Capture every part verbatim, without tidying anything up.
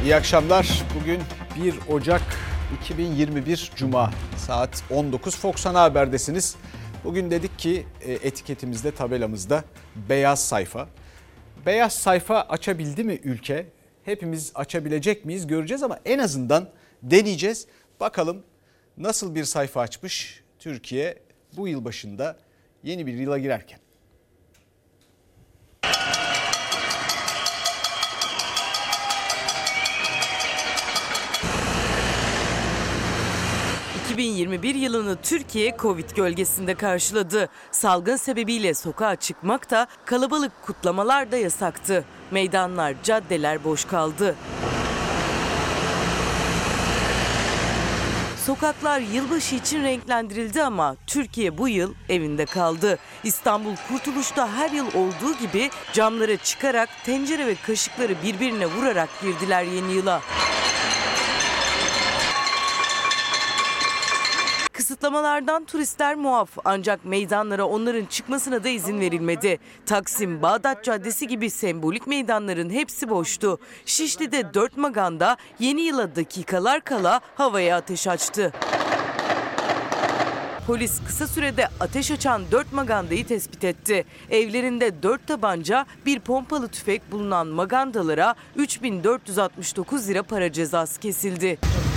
İyi akşamlar. Bugün bir Ocak iki bin yirmi bir Cuma saat on dokuz Fox Ana Haber'desiniz. Bugün dedik ki etiketimizde, tabelamızda beyaz sayfa. Beyaz sayfa açabildi mi ülke? Hepimiz açabilecek miyiz göreceğiz ama en azından deneyeceğiz. Bakalım nasıl bir sayfa açmış Türkiye bu yıl başında yeni bir yıla girerken. iki bin yirmi bir yılını Türkiye Covid gölgesinde karşıladı. Salgın sebebiyle sokağa çıkmak da, kalabalık kutlamalar da yasaktı. Meydanlar, caddeler boş kaldı. Sokaklar yılbaşı için renklendirildi ama Türkiye bu yıl evinde kaldı. İstanbul Kurtuluş'ta her yıl olduğu gibi camları çıkarak, tencere ve kaşıkları birbirine vurarak girdiler yeni yıla. Kısıtlamalardan turistler muaf ancak meydanlara onların çıkmasına da izin verilmedi. Taksim, Bağdat Caddesi gibi sembolik meydanların hepsi boştu. Şişli'de dört maganda yeni yıla dakikalar kala havaya ateş açtı. Polis kısa sürede ateş açan dört magandayı tespit etti. Evlerinde dört tabanca, bir pompalı tüfek bulunan magandalara üç bin dört yüz altmış dokuz lira para cezası kesildi.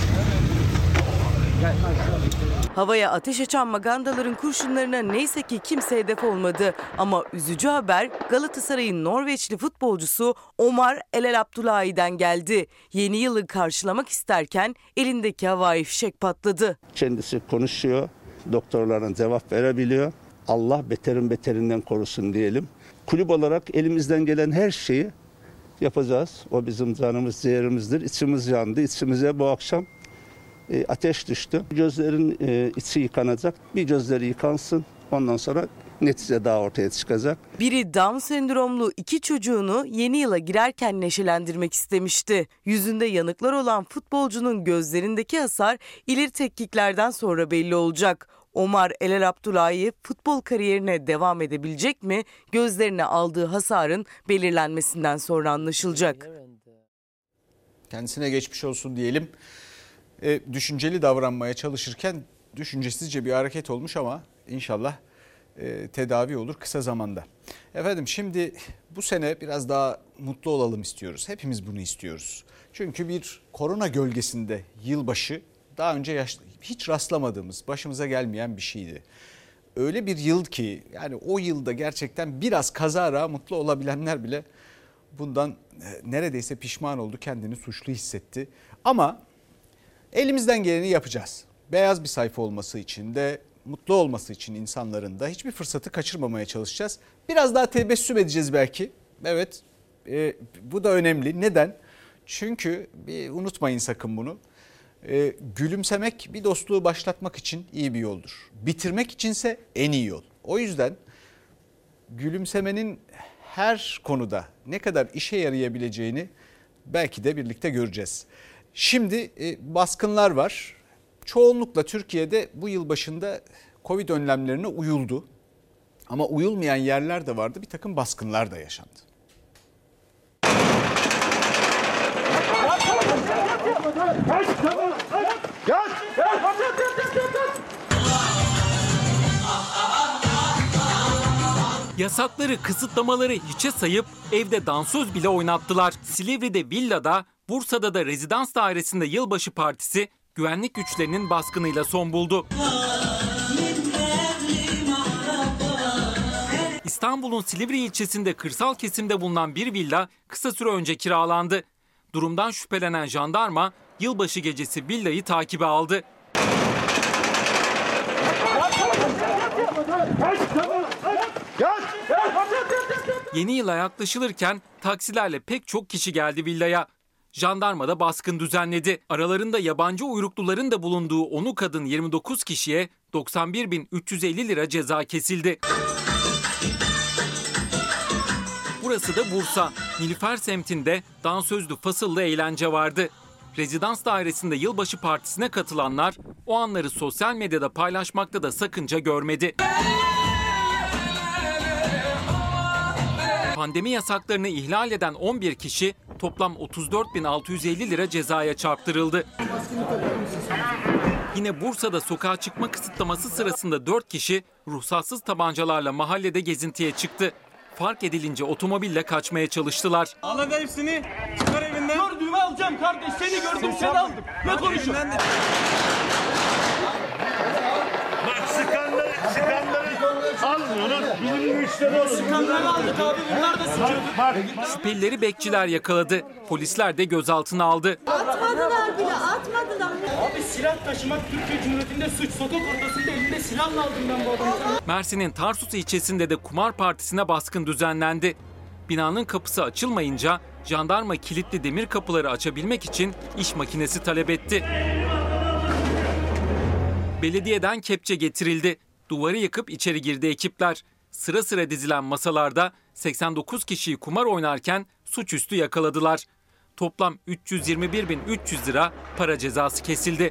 Havaya ateş açan magandaların kurşunlarına neyse ki kimse hedef olmadı. Ama üzücü haber Galatasaray'ın Norveçli futbolcusu Omar El Abdullahi'den geldi. Yeni yılı karşılamak isterken elindeki havai fişek patladı. Kendisi konuşuyor, doktorlarına cevap verebiliyor. Allah beterin beterinden korusun diyelim. Kulüp olarak elimizden gelen her şeyi yapacağız. O bizim canımız, ciğerimizdir. İçimiz yandı. İçimize bu akşam E, ateş düştü. Gözlerin e, içi yıkanacak. Bir gözleri yıkansın. Ondan sonra netice daha ortaya çıkacak. Biri Down sendromlu iki çocuğunu yeni yıla girerken neşelendirmek istemişti. Yüzünde yanıklar olan futbolcunun gözlerindeki hasar ileri tetkiklerden sonra belli olacak. Omar El Abdullahi futbol kariyerine devam edebilecek mi? Gözlerine aldığı hasarın belirlenmesinden sonra anlaşılacak. Kendisine geçmiş olsun diyelim. E, düşünceli davranmaya çalışırken düşüncesizce bir hareket olmuş ama inşallah e, tedavi olur kısa zamanda. Efendim şimdi bu sene biraz daha mutlu olalım istiyoruz. Hepimiz bunu istiyoruz. Çünkü bir korona gölgesinde yılbaşı daha önce yaş- hiç rastlamadığımız, başımıza gelmeyen bir şeydi. Öyle bir yıl ki yani o yılda gerçekten biraz kazara mutlu olabilenler bile bundan e, neredeyse pişman oldu, kendini suçlu hissetti. Ama elimizden geleni yapacağız. Beyaz bir sayfa olması için de, mutlu olması için insanların da hiçbir fırsatı kaçırmamaya çalışacağız. Biraz daha tebessüm edeceğiz belki. Evet, e, bu da önemli. Neden? Çünkü bir unutmayın sakın bunu. E, gülümsemek bir dostluğu başlatmak için iyi bir yoldur. Bitirmek içinse en iyi yol. O yüzden gülümsemenin her konuda ne kadar işe yarayabileceğini belki de birlikte göreceğiz. Şimdi baskınlar var. Çoğunlukla Türkiye'de bu yıl başında Covid önlemlerine uyuldu. Ama uyulmayan yerler de vardı. Bir takım baskınlar da yaşandı. Yasakları, kısıtlamaları hiçe sayıp evde dansöz bile oynattılar. Silivri'de villada, Bursa'da da rezidans dairesinde yılbaşı partisi güvenlik güçlerinin baskınıyla son buldu. İstanbul'un Silivri ilçesinde kırsal kesimde bulunan bir villa kısa süre önce kiralandı. Durumdan şüphelenen jandarma yılbaşı gecesi villayı takibe aldı. Yeni yıla yaklaşılırken taksilerle pek çok kişi geldi villaya. Jandarma da baskın düzenledi. Aralarında yabancı uyrukluların da bulunduğu onu kadın yirmi dokuz kişiye doksan bir bin üç yüz elli lira ceza kesildi. Burası da Bursa. Nilüfer semtinde dansözlü fasıllı eğlence vardı. Rezidans dairesinde yılbaşı partisine katılanlar o anları sosyal medyada paylaşmakta da sakınca görmedi. Pandemi yasaklarını ihlal eden on bir kişi Toplam otuz dört bin altı yüz elli lira cezaya çarptırıldı. Yine Bursa'da sokağa çıkma kısıtlaması sırasında dört kişi ruhsatsız tabancalarla mahallede gezintiye çıktı. Fark edilince otomobille kaçmaya çalıştılar. Al hadi hepsini, çıkar evinden. Gördüğümü alacağım kardeş, seni gördüm seni aldım. Ne konuşuyorsun? Bak sıkanları, sıkanları almıyorsun. Bizim müşteri olur. Sıkanları aldık abi, bunlar da sıkıyordu. Şüphelileri bekçiler yakaladı. Polisler de gözaltına aldı. Atmadılar bile, atmadılar. Abi silah taşımak Türkiye Cumhuriyeti'nde suç. Sokak ortasında elinde silahla aldım ben bu adamı. Mersin'in Tarsus ilçesinde de kumar partisine baskın düzenlendi. Binanın kapısı açılmayınca jandarma kilitli demir kapıları açabilmek için iş makinesi talep etti. Belediyeden kepçe getirildi. Duvarı yıkıp içeri girdi ekipler. Sıra sıra dizilen masalarda seksen dokuz kişiyi kumar oynarken suçüstü yakaladılar. Toplam üç yüz yirmi bir bin üç yüz lira para cezası kesildi.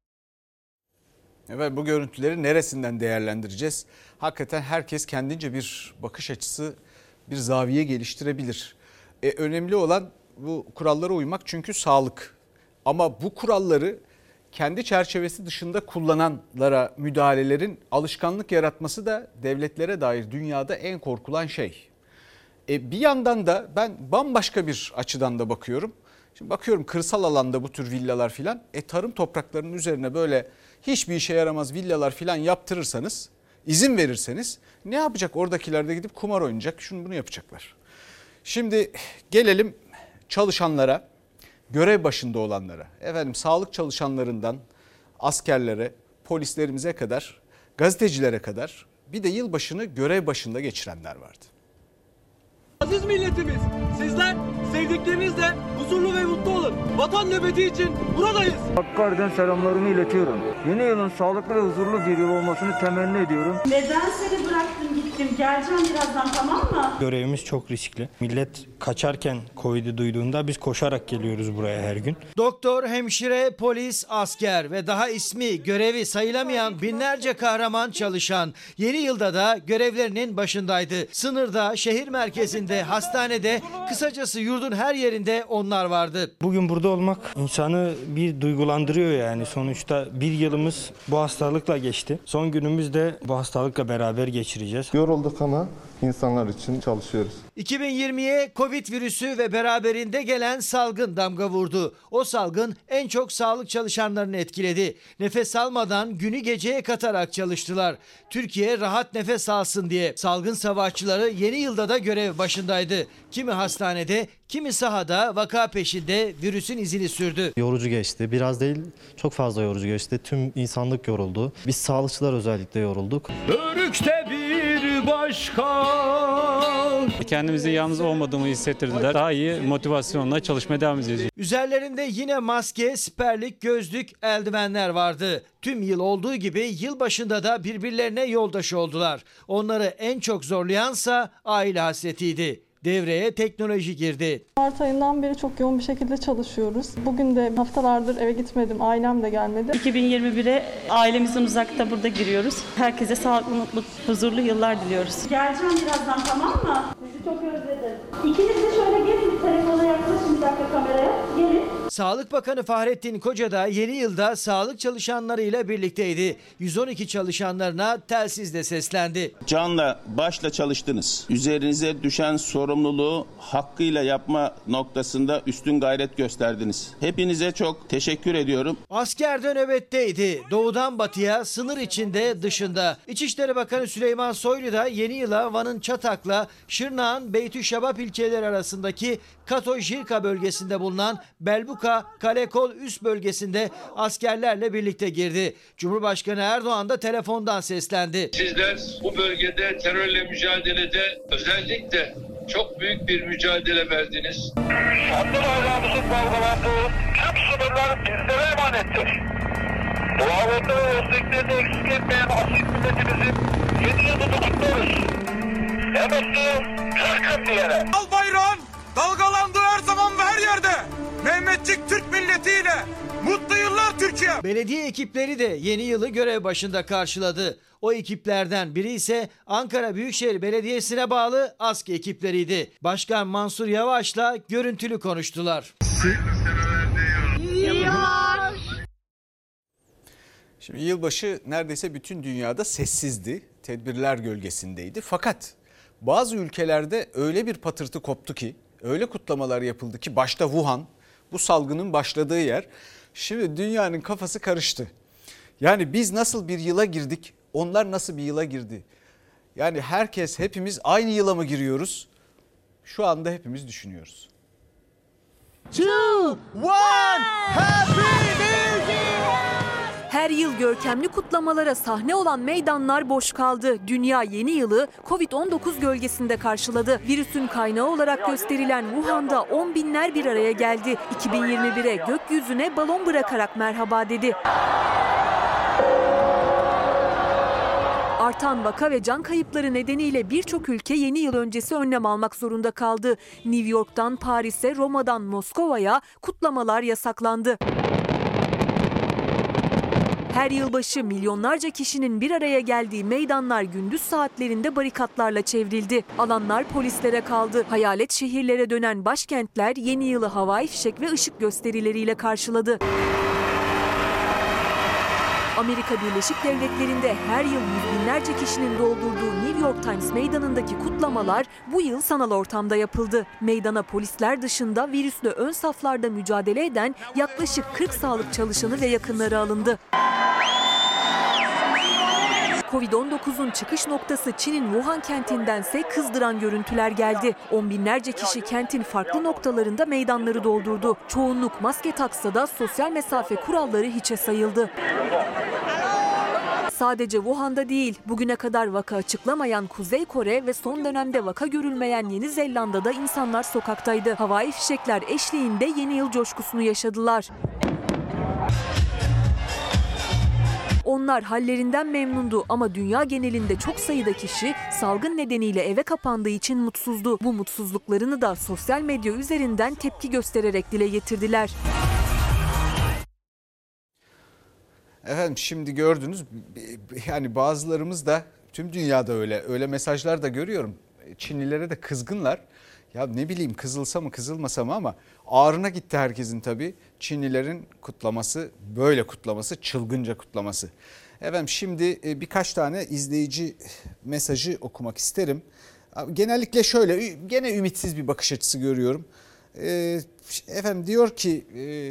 Evet, bu görüntüleri neresinden değerlendireceğiz? Hakikaten herkes kendince bir bakış açısı, bir zaviye geliştirebilir. E, önemli olan bu kurallara uymak, çünkü sağlık. Ama bu kuralları kendi çerçevesi dışında kullananlara müdahalelerin alışkanlık yaratması da devletlere dair dünyada en korkulan şey. E, bir yandan da ben bambaşka bir açıdan da bakıyorum. Şimdi bakıyorum kırsal alanda bu tür villalar filan, e, tarım topraklarının üzerine böyle hiçbir işe yaramaz villalar filan yaptırırsanız, izin verirseniz ne yapacak? Oradakiler de gidip kumar oynayacak, şunu bunu yapacaklar. Şimdi gelelim çalışanlara, görev başında olanlara. Efendim, sağlık çalışanlarından askerlere, polislerimize kadar, gazetecilere kadar, bir de yılbaşını görev başında geçirenler vardı. Aziz milletimiz, sizler sevdiklerinizle huzurlu ve mutlu olun. Vatan nöbeti için buradayız. Hakkari'den selamlarımı iletiyorum. Yeni yılın sağlıklı ve huzurlu bir yıl olmasını temenni ediyorum. Neden seni bıraktım gittim? Geleceğim birazdan, tamam mı? Görevimiz çok riskli. Millet kaçarken Covid'i duyduğunda biz koşarak geliyoruz buraya her gün. Doktor, hemşire, polis, asker ve daha ismi, görevi sayılamayan binlerce kahraman çalışan yeni yılda da görevlerinin başındaydı. Sınırda, şehir merkezinde, hastanede, kısacası yurdun her yerinde onlar vardı. Bugün burada olmak insanı bir duygulandırıyor yani. Sonuçta bir yılımız bu hastalıkla geçti. Son günümüz de bu hastalıkla beraber geçireceğiz. Yorulduk ama insanlar için çalışıyoruz. iki bin yirmiye Covid virüsü ve beraberinde gelen salgın damga vurdu. O salgın en çok sağlık çalışanlarını etkiledi. Nefes almadan günü geceye katarak çalıştılar. Türkiye rahat nefes alsın diye. Salgın savaşçıları yeni yılda da görev başındaydı. Kimi hastanede, kimi sahada vaka peşinde virüsün izini sürdü. Yorucu geçti. Biraz değil, çok fazla yorucu geçti. Tüm insanlık yoruldu. Biz sağlıkçılar özellikle yorulduk. Örükte bir başka. Kendimizi yalnız olmadığımı hissettirdiler. Daha iyi motivasyonla çalışmaya devam edeceğiz. Üzerlerinde yine maske, siperlik, gözlük, eldivenler vardı. Tüm yıl olduğu gibi yılbaşında da birbirlerine yoldaş oldular. Onları en çok zorlayansa aile hasretiydi. Devreye teknoloji girdi. Mart ayından beri çok yoğun bir şekilde çalışıyoruz. Bugün de haftalardır eve gitmedim, ailem de gelmedi. iki bin yirmi bire ailemizden uzakta burada giriyoruz. Herkese sağlıklı, mutlu, huzurlu yıllar diliyoruz. Geleceğim birazdan, tamam mı? Sizi çok özledim. İkiniz de şöyle gelin, bir telefona yaklaşın bir dakika kameraya. Gelin. Sağlık Bakanı Fahrettin Koca da yeni yılda sağlık çalışanlarıyla birlikteydi. yüz on iki çalışanlarına telsizle seslendi. Canla başla çalıştınız. Üzerinize düşen sorumluluğu hakkıyla yapma noktasında üstün gayret gösterdiniz. Hepinize çok teşekkür ediyorum. Asker de nöbetteydi. Doğudan batıya, sınır içinde, dışında. İçişleri Bakanı Süleyman Soylu da yeni yıla Van'ın Çatak'la Şırnak'ın Beytüşşebap ilçeleri arasındaki Kato-Jirka bölgesinde bulunan Belbuka, Kalekol üst bölgesinde askerlerle birlikte girdi. Cumhurbaşkanı Erdoğan da telefondan seslendi. Sizler bu bölgede terörle mücadelede özellikle çok büyük bir mücadele verdiniz. Şanlı bayrağımızın dalgalandığı tüm sınırlar bizlere emanettir. Dualarında ve desteklerini eksik etmeyen asil milletimizin yeni yılını kutluyoruz. Emekli Türk'üm diyene. Al bayrağın dalgalandığı her zaman ve her yerde. Mehmet Cumhuriyetçik Türk milletiyle mutlu yıllar Türkiye. Belediye ekipleri de yeni yılı görev başında karşıladı. O ekiplerden biri ise Ankara Büyükşehir Belediyesi'ne bağlı ASKİ ekipleriydi. Başkan Mansur Yavaş'la görüntülü konuştular. Şimdi yılbaşı neredeyse bütün dünyada sessizdi, tedbirler gölgesindeydi. Fakat bazı ülkelerde öyle bir patırtı koptu ki, öyle kutlamalar yapıldı ki, başta Wuhan, bu salgının başladığı yer. Şimdi dünyanın kafası karıştı. Yani biz nasıl bir yıla girdik, onlar nasıl bir yıla girdi? Yani herkes, hepimiz aynı yıla mı giriyoruz? Şu anda hepimiz düşünüyoruz. two, one, Happy New Year! Her yıl görkemli kutlamalara sahne olan meydanlar boş kaldı. Dünya yeni yılı kovid on dokuz gölgesinde karşıladı. Virüsün kaynağı olarak gösterilen Wuhan'da on binler bir araya geldi. iki bin yirmi bire gökyüzüne balon bırakarak merhaba dedi. Artan vaka ve can kayıpları nedeniyle birçok ülke yeni yıl öncesi önlem almak zorunda kaldı. New York'tan Paris'e, Roma'dan Moskova'ya kutlamalar yasaklandı. Her yılbaşı milyonlarca kişinin bir araya geldiği meydanlar gündüz saatlerinde barikatlarla çevrildi. Alanlar polislere kaldı. Hayalet şehirlere dönen başkentler yeni yılı havai fişek ve ışık gösterileriyle karşıladı. Amerika Birleşik Devletleri'nde her yıl yüz binlerce kişinin doldurduğu New York Times meydanındaki kutlamalar bu yıl sanal ortamda yapıldı. Meydana polisler dışında virüsle ön saflarda mücadele eden yaklaşık kırk sağlık çalışanı ve yakınları alındı. kovid on dokuzun çıkış noktası Çin'in Wuhan kentindense kızdıran görüntüler geldi. On binlerce kişi kentin farklı noktalarında meydanları doldurdu. Çoğunluk maske taksa da sosyal mesafe kuralları hiçe sayıldı. Sadece Wuhan'da değil, bugüne kadar vaka açıklamayan Kuzey Kore ve son dönemde vaka görülmeyen Yeni Zelanda'da insanlar sokaktaydı. Havai fişekler eşliğinde yeni yıl coşkusunu yaşadılar. Onlar hallerinden memnundu ama dünya genelinde çok sayıda kişi salgın nedeniyle eve kapandığı için mutsuzdu. Bu mutsuzluklarını da sosyal medya üzerinden tepki göstererek dile getirdiler. Efendim şimdi gördünüz, yani bazılarımız da, tüm dünyada öyle öyle mesajlar da görüyorum. Çinlilere de kızgınlar. Ya ne bileyim, kızılsa mı kızılmasa mı, ama ağrına gitti herkesin tabii. Çinlilerin kutlaması, böyle kutlaması, çılgınca kutlaması. Efendim şimdi birkaç tane izleyici mesajı okumak isterim. Genellikle şöyle, gene ümitsiz bir bakış açısı görüyorum. Efendim diyor ki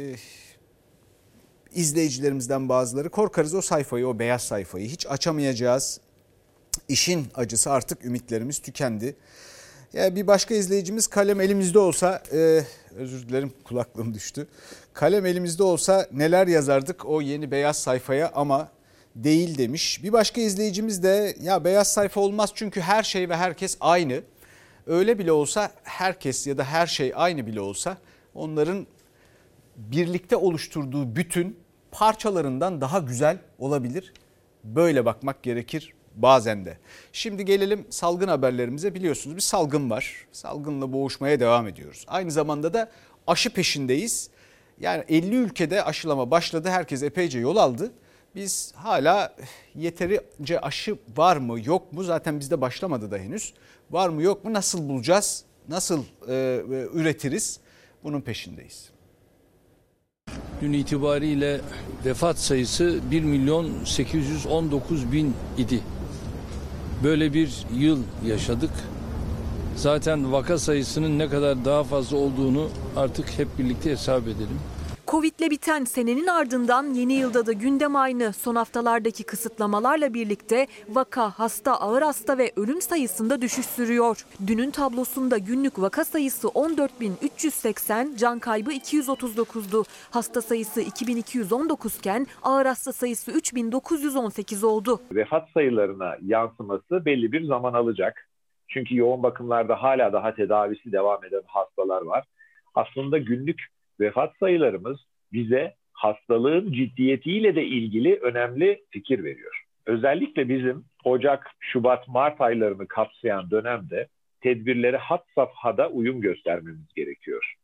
izleyicilerimizden bazıları, korkarız o sayfayı, o beyaz sayfayı hiç açamayacağız. İşin acısı, artık ümitlerimiz tükendi. Ya bir başka izleyicimiz, kalem elimizde olsa, e, özür dilerim kulaklığım düştü. Kalem elimizde olsa neler yazardık o yeni beyaz sayfaya, ama değil demiş. Bir başka izleyicimiz de, ya beyaz sayfa olmaz çünkü her şey ve herkes aynı. Öyle bile olsa, herkes ya da her şey aynı bile olsa, onların birlikte oluşturduğu bütün parçalarından daha güzel olabilir. Böyle bakmak gerekir bazen de. Şimdi gelelim salgın haberlerimize. Biliyorsunuz bir salgın var. Salgınla boğuşmaya devam ediyoruz. Aynı zamanda da aşı peşindeyiz. Yani elli ülkede aşılama başladı. Herkes epeyce yol aldı. Biz hala yeterince aşı var mı yok mu? Zaten bizde başlamadı da henüz. Var mı yok mu? Nasıl bulacağız? Nasıl e, üretiriz? Bunun peşindeyiz. Dün itibariyle vefat sayısı bir milyon sekiz yüz on dokuz bin idi. Böyle bir yıl yaşadık. Zaten vaka sayısının ne kadar daha fazla olduğunu artık hep birlikte hesap edelim. Covid'le biten senenin ardından yeni yılda da gündem aynı. Son haftalardaki kısıtlamalarla birlikte vaka, hasta, ağır hasta ve ölüm sayısında düşüş sürüyor. Dünün tablosunda günlük vaka sayısı on dört bin üç yüz seksen, can kaybı iki yüz otuz dokuzdu. Hasta sayısı iki bin iki yüz on dokuz iken ağır hasta sayısı üç bin dokuz yüz on sekiz oldu. Vefat sayılarına yansıması belli bir zaman alacak. Çünkü yoğun bakımlarda hala daha tedavisi devam eden hastalar var. Aslında günlük vefat sayılarımız bize hastalığın ciddiyetiyle de ilgili önemli fikir veriyor. Özellikle bizim Ocak, Şubat, Mart aylarını kapsayan dönemde tedbirlere had safhada uyum göstermemiz gerekiyor.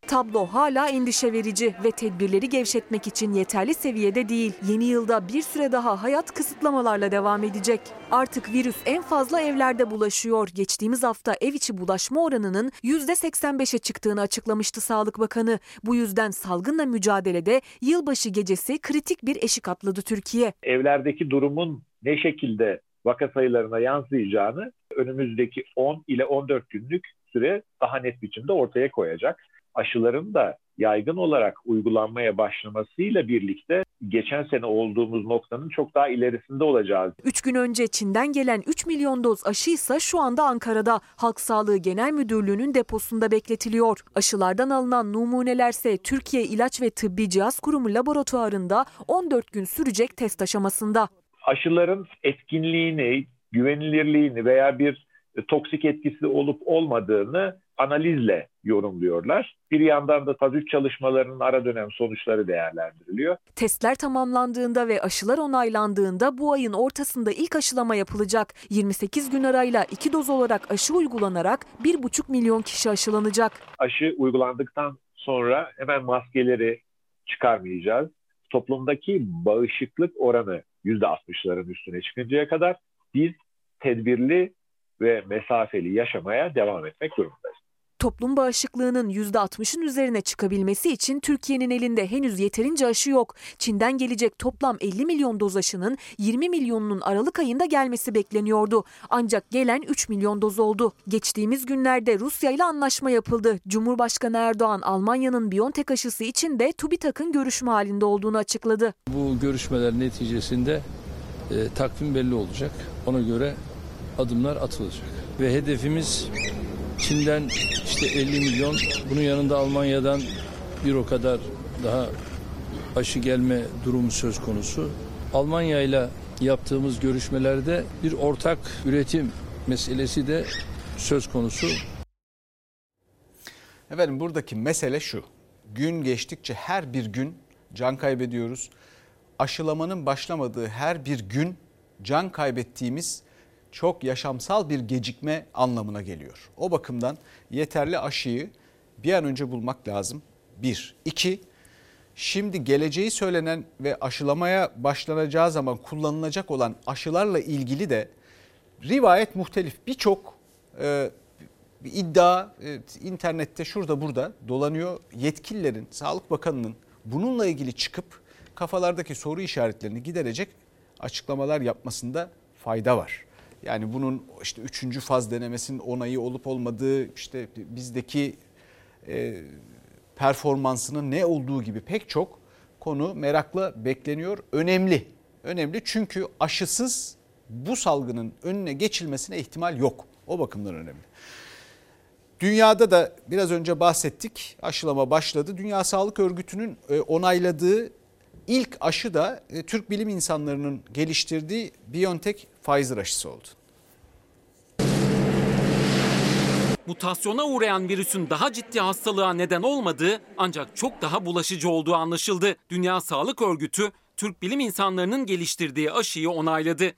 Tablo hala endişe verici ve tedbirleri gevşetmek için yeterli seviyede değil. Yeni yılda bir süre daha hayat kısıtlamalarla devam edecek. Artık virüs en fazla evlerde bulaşıyor. Geçtiğimiz hafta ev içi bulaşma oranının yüzde seksen beşe çıktığını açıklamıştı Sağlık Bakanı. Bu yüzden salgınla mücadelede yılbaşı gecesi kritik bir eşik atladı Türkiye. Evlerdeki durumun ne şekilde vaka sayılarına yansıyacağını önümüzdeki on ile on dört günlük süre daha net biçimde ortaya koyacak. Aşıların da yaygın olarak uygulanmaya başlamasıyla birlikte geçen sene olduğumuz noktanın çok daha ilerisinde olacağız. üç gün önce Çin'den gelen üç milyon doz aşı ise şu anda Ankara'da Halk Sağlığı Genel Müdürlüğü'nün deposunda bekletiliyor. Aşılardan alınan numunelerse Türkiye İlaç ve Tıbbi Cihaz Kurumu laboratuvarında on dört gün sürecek test aşamasında. Aşıların etkinliğini, güvenilirliğini veya bir toksik etkisi olup olmadığını analizle yorumluyorlar. Bir yandan da faz üç çalışmalarının ara dönem sonuçları değerlendiriliyor. Testler tamamlandığında ve aşılar onaylandığında bu ayın ortasında ilk aşılama yapılacak. yirmi sekiz gün arayla iki doz olarak aşı uygulanarak bir buçuk milyon kişi aşılanacak. Aşı uygulandıktan sonra hemen maskeleri çıkarmayacağız. Toplumdaki bağışıklık oranı yüzde altmışların üstüne çıkıncaya kadar biz tedbirli ve mesafeli yaşamaya devam etmek durumundayız. Toplum bağışıklığının yüzde altmışın üzerine çıkabilmesi için Türkiye'nin elinde henüz yeterince aşı yok. Çin'den gelecek toplam elli milyon doz aşının yirmi milyonunun Aralık ayında gelmesi bekleniyordu. Ancak gelen üç milyon doz oldu. Geçtiğimiz günlerde Rusya ile anlaşma yapıldı. Cumhurbaşkanı Erdoğan Almanya'nın BioNTech aşısı için de TÜBİTAK'ın görüşme halinde olduğunu açıkladı. Bu görüşmeler neticesinde e, takvim belli olacak. Ona göre adımlar atılacak. Ve hedefimiz Çin'den işte elli milyon, bunun yanında Almanya'dan bir o kadar daha aşı gelme durumu söz konusu. Almanya ile yaptığımız görüşmelerde bir ortak üretim meselesi de söz konusu. Efendim buradaki mesele şu. Gün geçtikçe her bir gün can kaybediyoruz. Aşılamanın başlamadığı her bir gün can kaybettiğimiz çok yaşamsal bir gecikme anlamına geliyor. O bakımdan yeterli aşıyı bir an önce bulmak lazım. Bir. İki, şimdi geleceği söylenen ve aşılamaya başlanacağı zaman kullanılacak olan aşılarla ilgili de rivayet muhtelif. Birçok e, iddia e, internette şurada burada dolanıyor. Yetkililerin, Sağlık Bakanı'nın bununla ilgili çıkıp kafalardaki soru işaretlerini giderecek açıklamalar yapmasında fayda var. Yani bunun işte üçüncü faz denemesinin onayı olup olmadığı, işte bizdeki e, performansının ne olduğu gibi pek çok konu merakla bekleniyor. Önemli, önemli çünkü aşısız bu salgının önüne geçilmesine ihtimal yok. O bakımdan önemli. Dünyada da biraz önce bahsettik, aşılama başladı. Dünya Sağlık Örgütü'nün onayladığı İlk aşı da Türk bilim insanlarının geliştirdiği BioNTech Pfizer aşısı oldu. Mutasyona uğrayan virüsün daha ciddi hastalığa neden olmadığı ancak çok daha bulaşıcı olduğu anlaşıldı. Dünya Sağlık Örgütü Türk bilim insanlarının geliştirdiği aşıyı onayladı.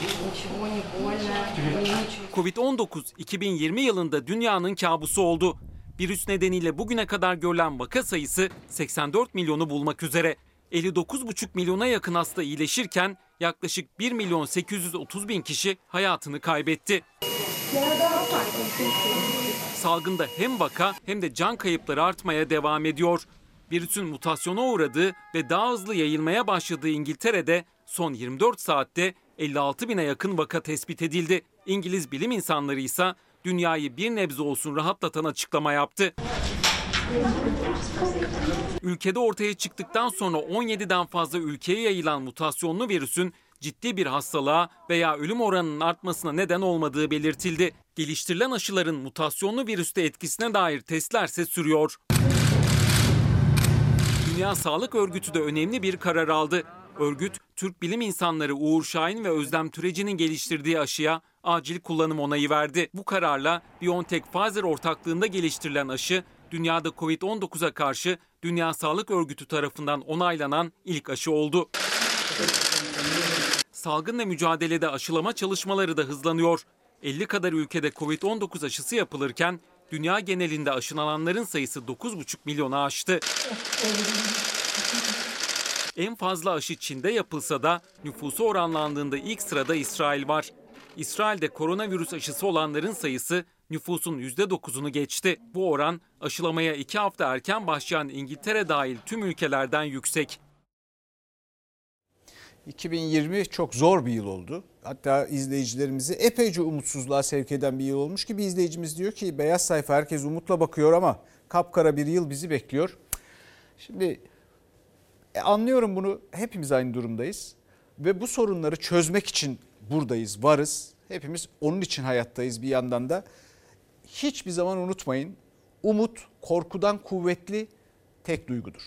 Covid on dokuz iki bin yirmi yılında dünyanın kabusu oldu. Virüs nedeniyle bugüne kadar görülen vaka sayısı seksen dört milyonu bulmak üzere. elli dokuz buçuk milyona yakın hasta iyileşirken yaklaşık bir milyon sekiz yüz otuz bin kişi hayatını kaybetti. Salgında hem vaka hem de can kayıpları artmaya devam ediyor. Virüsün mutasyona uğradığı ve daha hızlı yayılmaya başladığı İngiltere'de son yirmi dört saatte elli altı bine yakın vaka tespit edildi. İngiliz bilim insanları ise dünyayı bir nebze olsun rahatlatan açıklama yaptı. Ülkede ortaya çıktıktan sonra on yediden fazla ülkeye yayılan mutasyonlu virüsün ciddi bir hastalığa veya ölüm oranının artmasına neden olmadığı belirtildi. Geliştirilen aşıların mutasyonlu virüste etkisine dair testler ise sürüyor. Dünya Sağlık Örgütü de önemli bir karar aldı. Örgüt, Türk bilim insanları Uğur Şahin ve Özlem Türeci'nin geliştirdiği aşıya acil kullanım onayı verdi. Bu kararla BioNTech Pfizer ortaklığında geliştirilen aşı, dünyada Covid on dokuza karşı Dünya Sağlık Örgütü tarafından onaylanan ilk aşı oldu. Salgınla mücadelede aşılama çalışmaları da hızlanıyor. elli kadar ülkede Covid on dokuz aşısı yapılırken Dünya genelinde aşılananların sayısı dokuz buçuk milyonu aştı. En fazla aşı Çin'de yapılsa da nüfusu oranlandığında ilk sırada İsrail var. İsrail'de koronavirüs aşısı olanların sayısı nüfusun yüzde dokuzunu geçti. Bu oran aşılamaya iki hafta erken başlayan İngiltere dahil tüm ülkelerden yüksek. iki bin yirmi çok zor bir yıl oldu. Hatta izleyicilerimizi epeyce umutsuzluğa sevk eden bir yıl olmuş ki bir izleyicimiz diyor ki beyaz sayfa herkes umutla bakıyor ama kapkara bir yıl bizi bekliyor. Şimdi e, anlıyorum bunu, hepimiz aynı durumdayız ve bu sorunları çözmek için buradayız, varız. Hepimiz onun için hayattayız bir yandan da. Hiçbir zaman unutmayın, umut korkudan kuvvetli tek duygudur.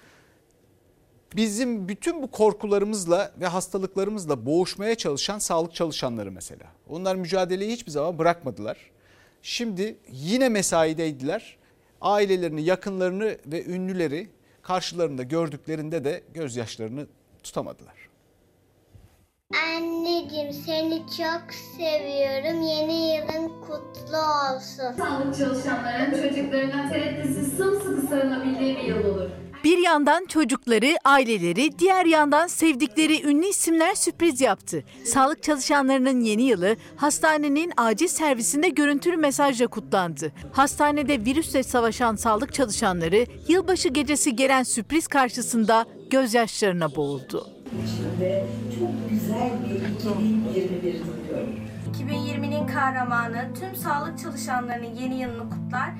Bizim bütün bu korkularımızla ve hastalıklarımızla boğuşmaya çalışan sağlık çalışanları mesela. Onlar mücadeleyi hiçbir zaman bırakmadılar. Şimdi yine mesaideydiler. Ailelerini, yakınlarını ve ünlüleri karşılarında gördüklerinde de gözyaşlarını tutamadılar. Anneciğim seni çok seviyorum. Yeni yılın kutlu olsun. Sağlık çalışanların çocuklarına tereddütsüz sımsıkı sarılabildiği bir yıl olur. Bir yandan çocukları, aileleri, diğer yandan sevdikleri ünlü isimler sürpriz yaptı. Sağlık çalışanlarının yeni yılı hastanenin acil servisinde görüntülü mesajla kutlandı. Hastanede virüsle savaşan sağlık çalışanları yılbaşı gecesi gelen sürpriz karşısında gözyaşlarına boğuldu. İçinde çok güzel bir iki bin yirmi bir diliyorum. iki bin yirminin kahramanı tüm sağlık çalışanlarının yeni yılını kutlar.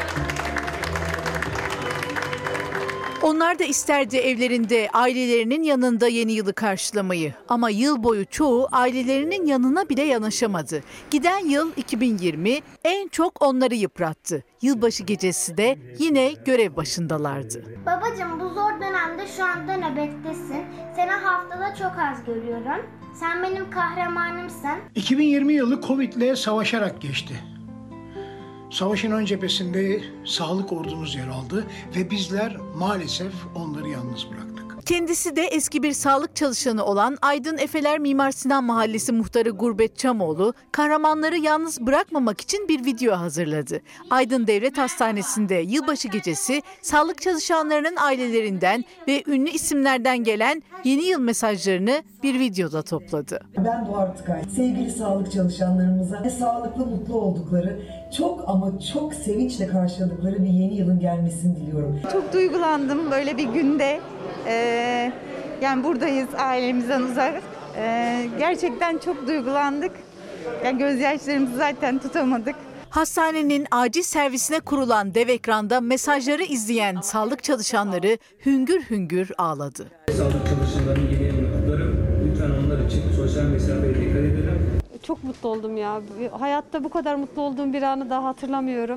Onlar da isterdi evlerinde, ailelerinin yanında yeni yılı karşılamayı. Ama yıl boyu çoğu ailelerinin yanına bile yanaşamadı. Giden yıl iki bin yirmi en çok onları yıprattı. Yılbaşı gecesi de yine görev başındalardı. Babacığım bu zor dönemde şu anda nöbettesin. Seni haftada çok az görüyorum. Sen benim kahramanımsın. iki bin yirmi yılı Covid'le savaşarak geçti. Savaşın ön cephesinde sağlık ordumuz yer aldı ve bizler maalesef onları yalnız bıraktık. Kendisi de eski bir sağlık çalışanı olan Aydın Efeler Mimar Sinan Mahallesi muhtarı Gurbet Çamoğlu, kahramanları yalnız bırakmamak için bir video hazırladı. Aydın Devlet Hastanesi'nde yılbaşı gecesi sağlık çalışanlarının ailelerinden ve ünlü isimlerden gelen yeni yıl mesajlarını bir videoda topladı. Ben Doğar Tıkay. Sevgili sağlık çalışanlarımıza ne sağlıklı, mutlu oldukları, çok ama çok sevinçle karşıladıkları bir yeni yılın gelmesini diliyorum. Çok duygulandım böyle bir günde. Ee, yani buradayız ailemizden uzak. Ee, gerçekten çok duygulandık. Yani gözyaşlarımızı zaten tutamadık. Hastanenin acil servisine kurulan dev ekranda mesajları izleyen sağlık çalışanları hüngür hüngür ağladı. Sağlık çalışanlarının yeni yılını kutlarım. Lütfen onlar için sosyal mesafeye dikkat edelim. Çok mutlu oldum ya. Hayatta bu kadar mutlu olduğum bir anı daha hatırlamıyorum.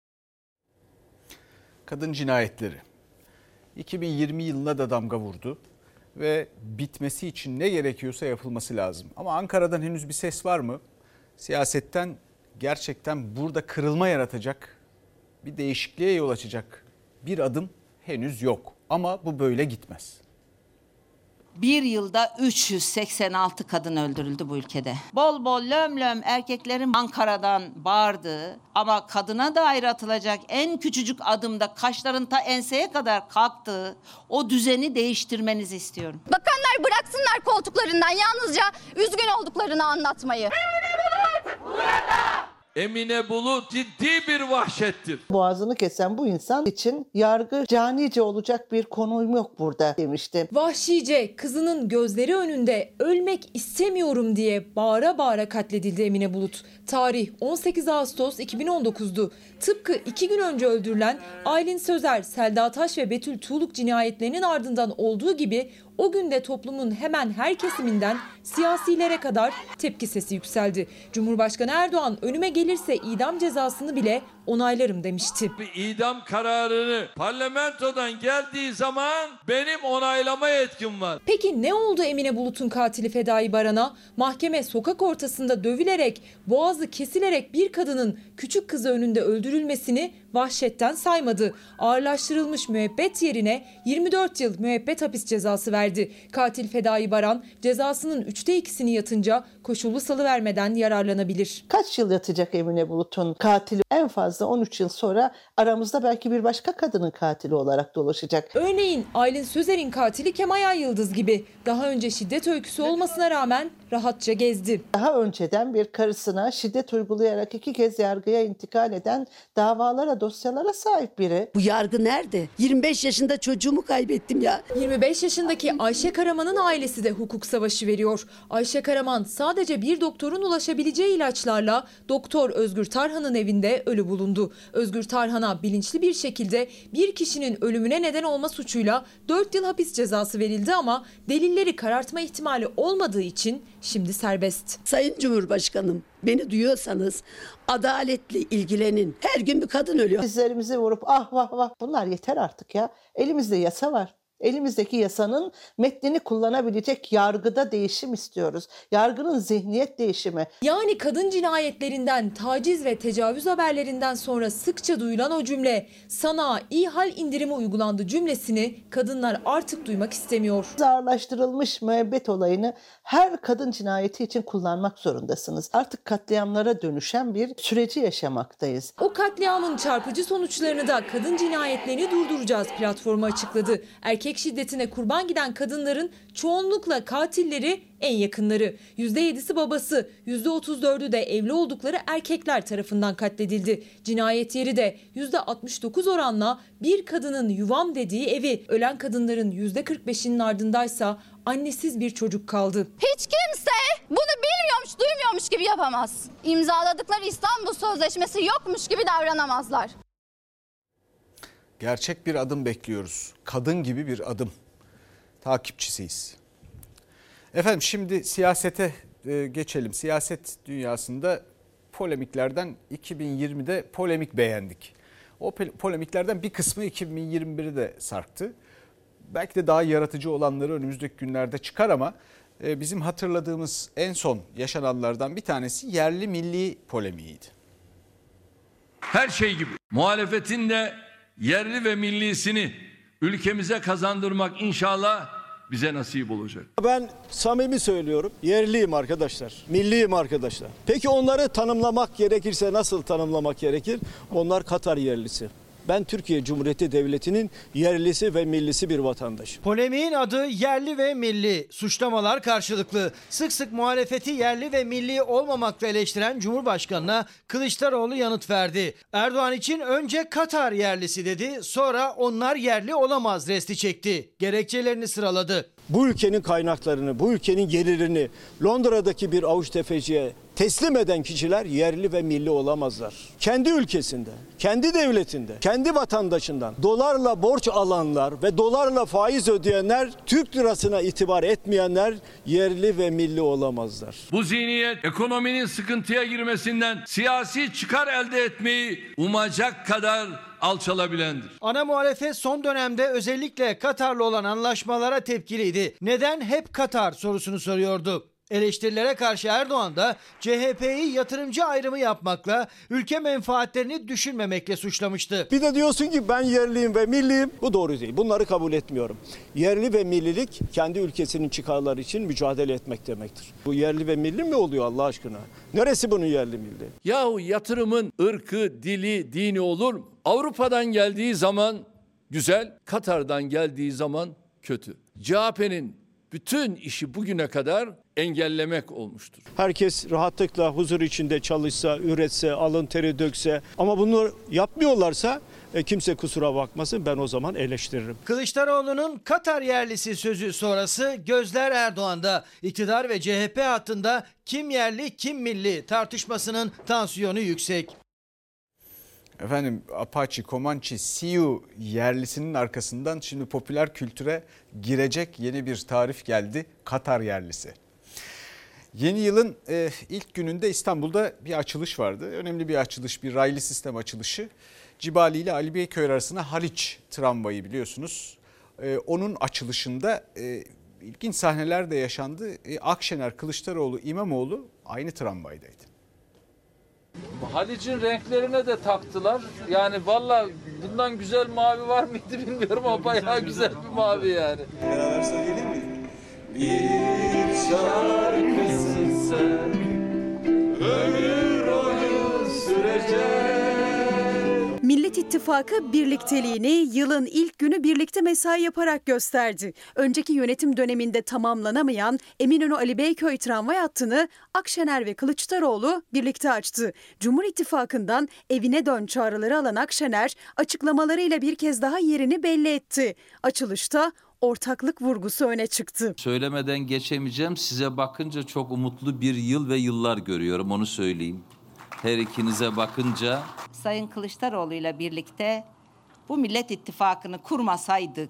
Kadın cinayetleri iki bin yirmi yılına da damga vurdu ve bitmesi için ne gerekiyorsa yapılması lazım. Ama Ankara'dan henüz bir ses var mı? Siyasetten gerçekten burada kırılma yaratacak, bir değişikliğe yol açacak bir adım henüz yok. Ama bu böyle gitmez. Bir yılda üç yüz seksen altı kadın öldürüldü bu ülkede. Bol bol löm löm erkeklerin Ankara'dan bağırdığı ama kadına dair atılacak en küçücük adımda kaşların ta enseye kadar kalktığı o düzeni değiştirmenizi istiyorum. Bakanlar bıraksınlar koltuklarından yalnızca üzgün olduklarını anlatmayı. Emine Bulut ciddi bir vahşettir. Boğazını kesen bu insan için yargı canice olacak bir konum yok burada demişti. Vahşice kızının gözleri önünde ölmek istemiyorum diye bağıra bağıra katledildi Emine Bulut. Tarih on sekiz Ağustos iki bin on dokuz'du. Tıpkı iki gün önce öldürülen Aylin Sözer, Selda Taş ve Betül Tuğluk cinayetlerinin ardından olduğu gibi o günde toplumun hemen her kesiminden siyasilere kadar tepki sesi yükseldi. Cumhurbaşkanı Erdoğan önüme gelirse idam cezasını bile onaylarım demişti. İdam kararını parlamentodan geldiği zaman benim onaylama yetkim var. Peki ne oldu Emine Bulut'un katili Fedai Baran'a? Mahkeme sokak ortasında dövülerek, boğazı kesilerek bir kadının küçük kızı önünde öldürülmesini vahşetten saymadı. Ağırlaştırılmış müebbet yerine yirmi dört yıl müebbet hapis cezası verdi. Katil Fedai Baran cezasının üçte ikisini yatınca koşullu salıvermeden yararlanabilir. Kaç yıl yatacak Emine Bulut'un katili? En fazla fazla on üç yıl sonra aramızda belki bir başka kadının katili olarak dolaşacak. Örneğin Aylin Sözer'in katili Kemal Yıldız gibi daha önce şiddet öyküsü olmasına rağmen rahatça gezdi. Daha önceden bir karısına şiddet uygulayarak iki kez yargıya intikal eden davalara, dosyalara sahip biri. Bu yargı nerede? yirmi beş yaşında çocuğumu kaybettim ya. yirmi beş yaşındaki Ayşe Karaman'ın ailesi de hukuk savaşı veriyor. Ayşe Karaman sadece bir doktorun ulaşabileceği ilaçlarla Doktor Özgür Tarhan'ın evinde ölü bulundu. Özgür Tarhan'a bilinçli bir şekilde bir kişinin ölümüne neden olma suçuyla dört yıl hapis cezası verildi ama delilleri karartma ihtimali olmadığı için şimdi serbest. Sayın Cumhurbaşkanım, beni duyuyorsanız adaletle ilgilenin. Her gün bir kadın ölüyor. Dizlerimizi vurup ah vah vah, bunlar yeter artık ya. Elimizde yasa var. Elimizdeki yasanın metnini kullanabilecek yargıda değişim istiyoruz. Yargının zihniyet değişimi. Yani kadın cinayetlerinden, taciz ve tecavüz haberlerinden sonra sıkça duyulan o cümle, sana iyi hal indirimi uygulandı cümlesini kadınlar artık duymak istemiyor. Ağırlaştırılmış müebbet olayını her kadın cinayeti için kullanmak zorundasınız. Artık katliamlara dönüşen bir süreci yaşamaktayız. O katliamın çarpıcı sonuçlarını da kadın cinayetlerini durduracağız platformu açıkladı. Erkek şiddetine kurban giden kadınların çoğunlukla katilleri en yakınları. yüzde yedisi babası, yüzde otuz dördü de evli oldukları erkekler tarafından katledildi. Cinayet yeri de yüzde altmış dokuz oranla bir kadının yuvam dediği evi, ölen kadınların yüzde kırk beşinin ardındaysa annesiz bir çocuk kaldı. Hiç kimse bunu bilmiyormuş, duymuyormuş gibi yapamaz. İmzaladıkları İstanbul Sözleşmesi yokmuş gibi davranamazlar. Gerçek bir adım bekliyoruz. Kadın gibi bir adım. Takipçisiyiz. Efendim şimdi siyasete geçelim. Siyaset dünyasında polemiklerden iki bin yirmide polemik beğendik. O polemiklerden bir kısmı iki bin yirmi biri de sarktı. Belki de daha yaratıcı olanları önümüzdeki günlerde çıkar ama bizim hatırladığımız en son yaşananlardan bir tanesi yerli milli polemiğiydi. Her şey gibi muhalefetin de yerli ve millisini ülkemize kazandırmak inşallah bize nasip olacak. Ben samimi söylüyorum, yerliyim arkadaşlar, milliyim arkadaşlar. Peki onları tanımlamak gerekirse nasıl tanımlamak gerekir? Onlar Katar yerlisi. Ben Türkiye Cumhuriyeti Devleti'nin yerlisi ve millisi bir vatandaşım. Polemiğin adı yerli ve milli. Suçlamalar karşılıklı. Sık sık muhalefeti yerli ve milli olmamakla eleştiren Cumhurbaşkanı'na Kılıçdaroğlu yanıt verdi. Erdoğan için önce Katar yerlisi dedi, sonra onlar yerli olamaz resti çekti. Gerekçelerini sıraladı. Bu ülkenin kaynaklarını, bu ülkenin gelirini Londra'daki bir avuç tefeciye teslim eden kişiler yerli ve milli olamazlar. Kendi ülkesinde, kendi devletinde, kendi vatandaşından dolarla borç alanlar ve dolarla faiz ödeyenler, Türk lirasına itibar etmeyenler yerli ve milli olamazlar. Bu zihniyet ekonominin sıkıntıya girmesinden siyasi çıkar elde etmeyi umacak kadar alçalabilendir. Ana muhalefet son dönemde özellikle Katar'la olan anlaşmalara tepkiliydi. Neden hep Katar sorusunu soruyordu. Eleştirilere karşı Erdoğan da C H P'yi yatırımcı ayrımı yapmakla, ülke menfaatlerini düşünmemekle suçlamıştı. Bir de diyorsun ki ben yerliyim ve milliyim. Bu doğru değil. Bunları kabul etmiyorum. Yerli ve millilik kendi ülkesinin çıkarları için mücadele etmek demektir. Bu yerli ve milli mi oluyor Allah aşkına? Neresi bunun yerli milli? Yahu yatırımın ırkı, dili, dini olur mu? Avrupa'dan geldiği zaman güzel, Katar'dan geldiği zaman kötü. C H P'nin bütün işi bugüne kadar engellemek olmuştur. Herkes rahatlıkla huzur içinde çalışsa, üretse, alın teri dökse ama bunu yapmıyorlarsa e, kimse kusura bakmasın, ben o zaman eleştiririm. Kılıçdaroğlu'nun Katar yerlisi sözü sonrası gözler Erdoğan'da. İktidar ve C H P hattında kim yerli kim milli tartışmasının tansiyonu yüksek. Efendim Apache, Comanche, Sioux yerlisinin arkasından şimdi popüler kültüre girecek yeni bir tarif geldi. Katar yerlisi. Yeni yılın e, ilk gününde İstanbul'da bir açılış vardı. Önemli bir açılış, bir raylı sistem açılışı. Cibali ile Ali Beyköy arasına Haliç tramvayı biliyorsunuz. E, onun açılışında e, ilginç sahneler de yaşandı. E, Akşener, Kılıçdaroğlu, İmamoğlu aynı tramvaydaydı. Haliç'in renklerine de taktılar. Yani valla bundan güzel mavi var mıydı bilmiyorum ama bayağı güzel bir mavi yani. Beraber söyleyelim mi? Bir şarkısın sen, ömür boyu sürecek. Millet İttifakı birlikteliğini yılın ilk günü birlikte mesai yaparak gösterdi. Önceki yönetim döneminde tamamlanamayan Eminönü Ali Beyköy tramvay hattını Akşener ve Kılıçdaroğlu birlikte açtı. Cumhur İttifakı'ndan evine dön çağrıları alan Akşener açıklamalarıyla bir kez daha yerini belli etti. Açılışta ortaklık vurgusu öne çıktı. Söylemeden geçemeyeceğim. Size bakınca çok umutlu bir yıl ve yıllar görüyorum, onu söyleyeyim. Her ikinize bakınca. Sayın Kılıçdaroğlu ile birlikte bu Millet İttifakı'nı kurmasaydık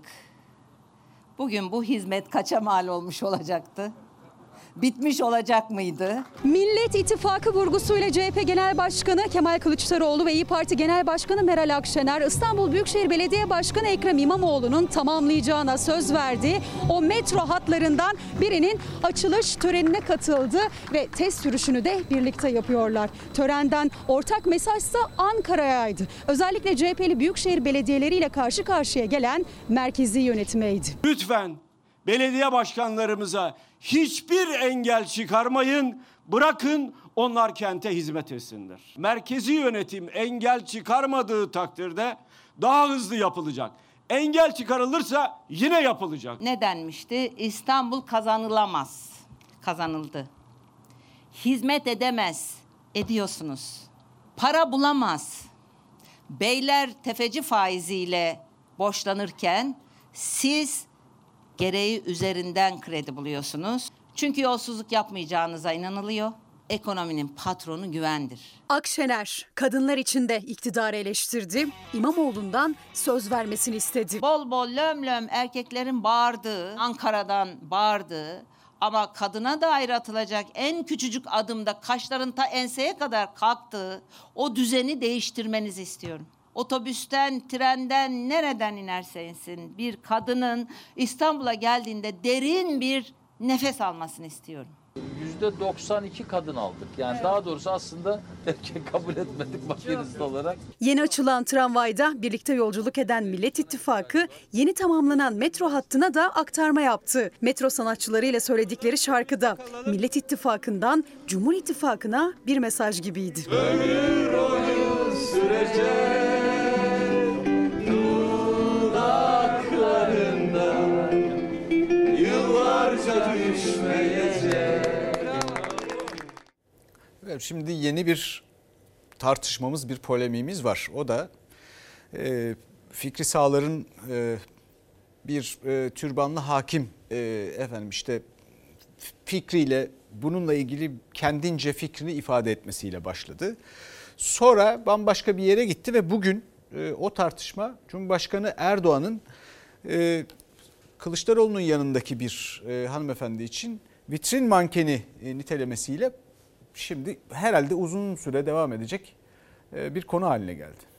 bugün bu hizmet kaça mal olmuş olacaktı? Bitmiş olacak mıydı? Millet İttifakı vurgusuyla C H P Genel Başkanı Kemal Kılıçdaroğlu ve İYİ Parti Genel Başkanı Meral Akşener İstanbul Büyükşehir Belediye Başkanı Ekrem İmamoğlu'nun tamamlayacağına söz verdi. O metro hatlarından birinin açılış törenine katıldı ve test sürüşünü de birlikte yapıyorlar. Törenden ortak mesajsa Ankara'yaydı. Özellikle C H P'li büyükşehir belediyeleriyle karşı karşıya gelen merkezi yönetimeydi. Lütfen belediye başkanlarımıza hiçbir engel çıkarmayın, bırakın onlar kente hizmet etsinler. Merkezi yönetim engel çıkarmadığı takdirde daha hızlı yapılacak. Engel çıkarılırsa yine yapılacak. Ne denmişti? İstanbul kazanılamaz. Kazanıldı. Hizmet edemez. Ediyorsunuz. Para bulamaz. Beyler tefeci faiziyle borçlanırken siz gereği üzerinden kredi buluyorsunuz. Çünkü yolsuzluk yapmayacağınıza inanılıyor. Ekonominin patronu güvendir. Akşener kadınlar için de iktidarı eleştirdi. İmamoğlu'ndan söz vermesini istedi. Bol bol löm löm erkeklerin bağırdığı, Ankara'dan bağırdığı ama kadına dair atılacak en küçücük adımda kaşların ta enseye kadar kalktığı o düzeni değiştirmenizi istiyorum. Otobüsten, trenden, nereden inerse insin bir kadının İstanbul'a geldiğinde derin bir nefes almasını istiyorum. yüzde doksan iki kadın aldık. Yani evet. Daha doğrusu aslında erkek kabul etmedik makinist olarak. Yeni açılan tramvayda birlikte yolculuk eden Millet İttifakı yeni tamamlanan metro hattına da aktarma yaptı. Metro sanatçılarıyla söyledikleri şarkıda Millet İttifakı'ndan Cumhur İttifakı'na bir mesaj gibiydi. Ömür boyu sürecek dudaklarında yıllarca düşmeyecek. Evet, şimdi yeni bir tartışmamız, bir polemiğimiz var. O da e, Fikri Sağlar'ın e, bir e, türbanlı hakim e, efendim işte fikriyle bununla ilgili kendince fikrini ifade etmesiyle başladı. Sonra bambaşka bir yere gitti ve bugün e, o tartışma Cumhurbaşkanı Erdoğan'ın e, Kılıçdaroğlu'nun yanındaki bir e, hanımefendi için vitrin mankeni e, nitelemesiyle şimdi herhalde uzun süre devam edecek e, bir konu haline geldi.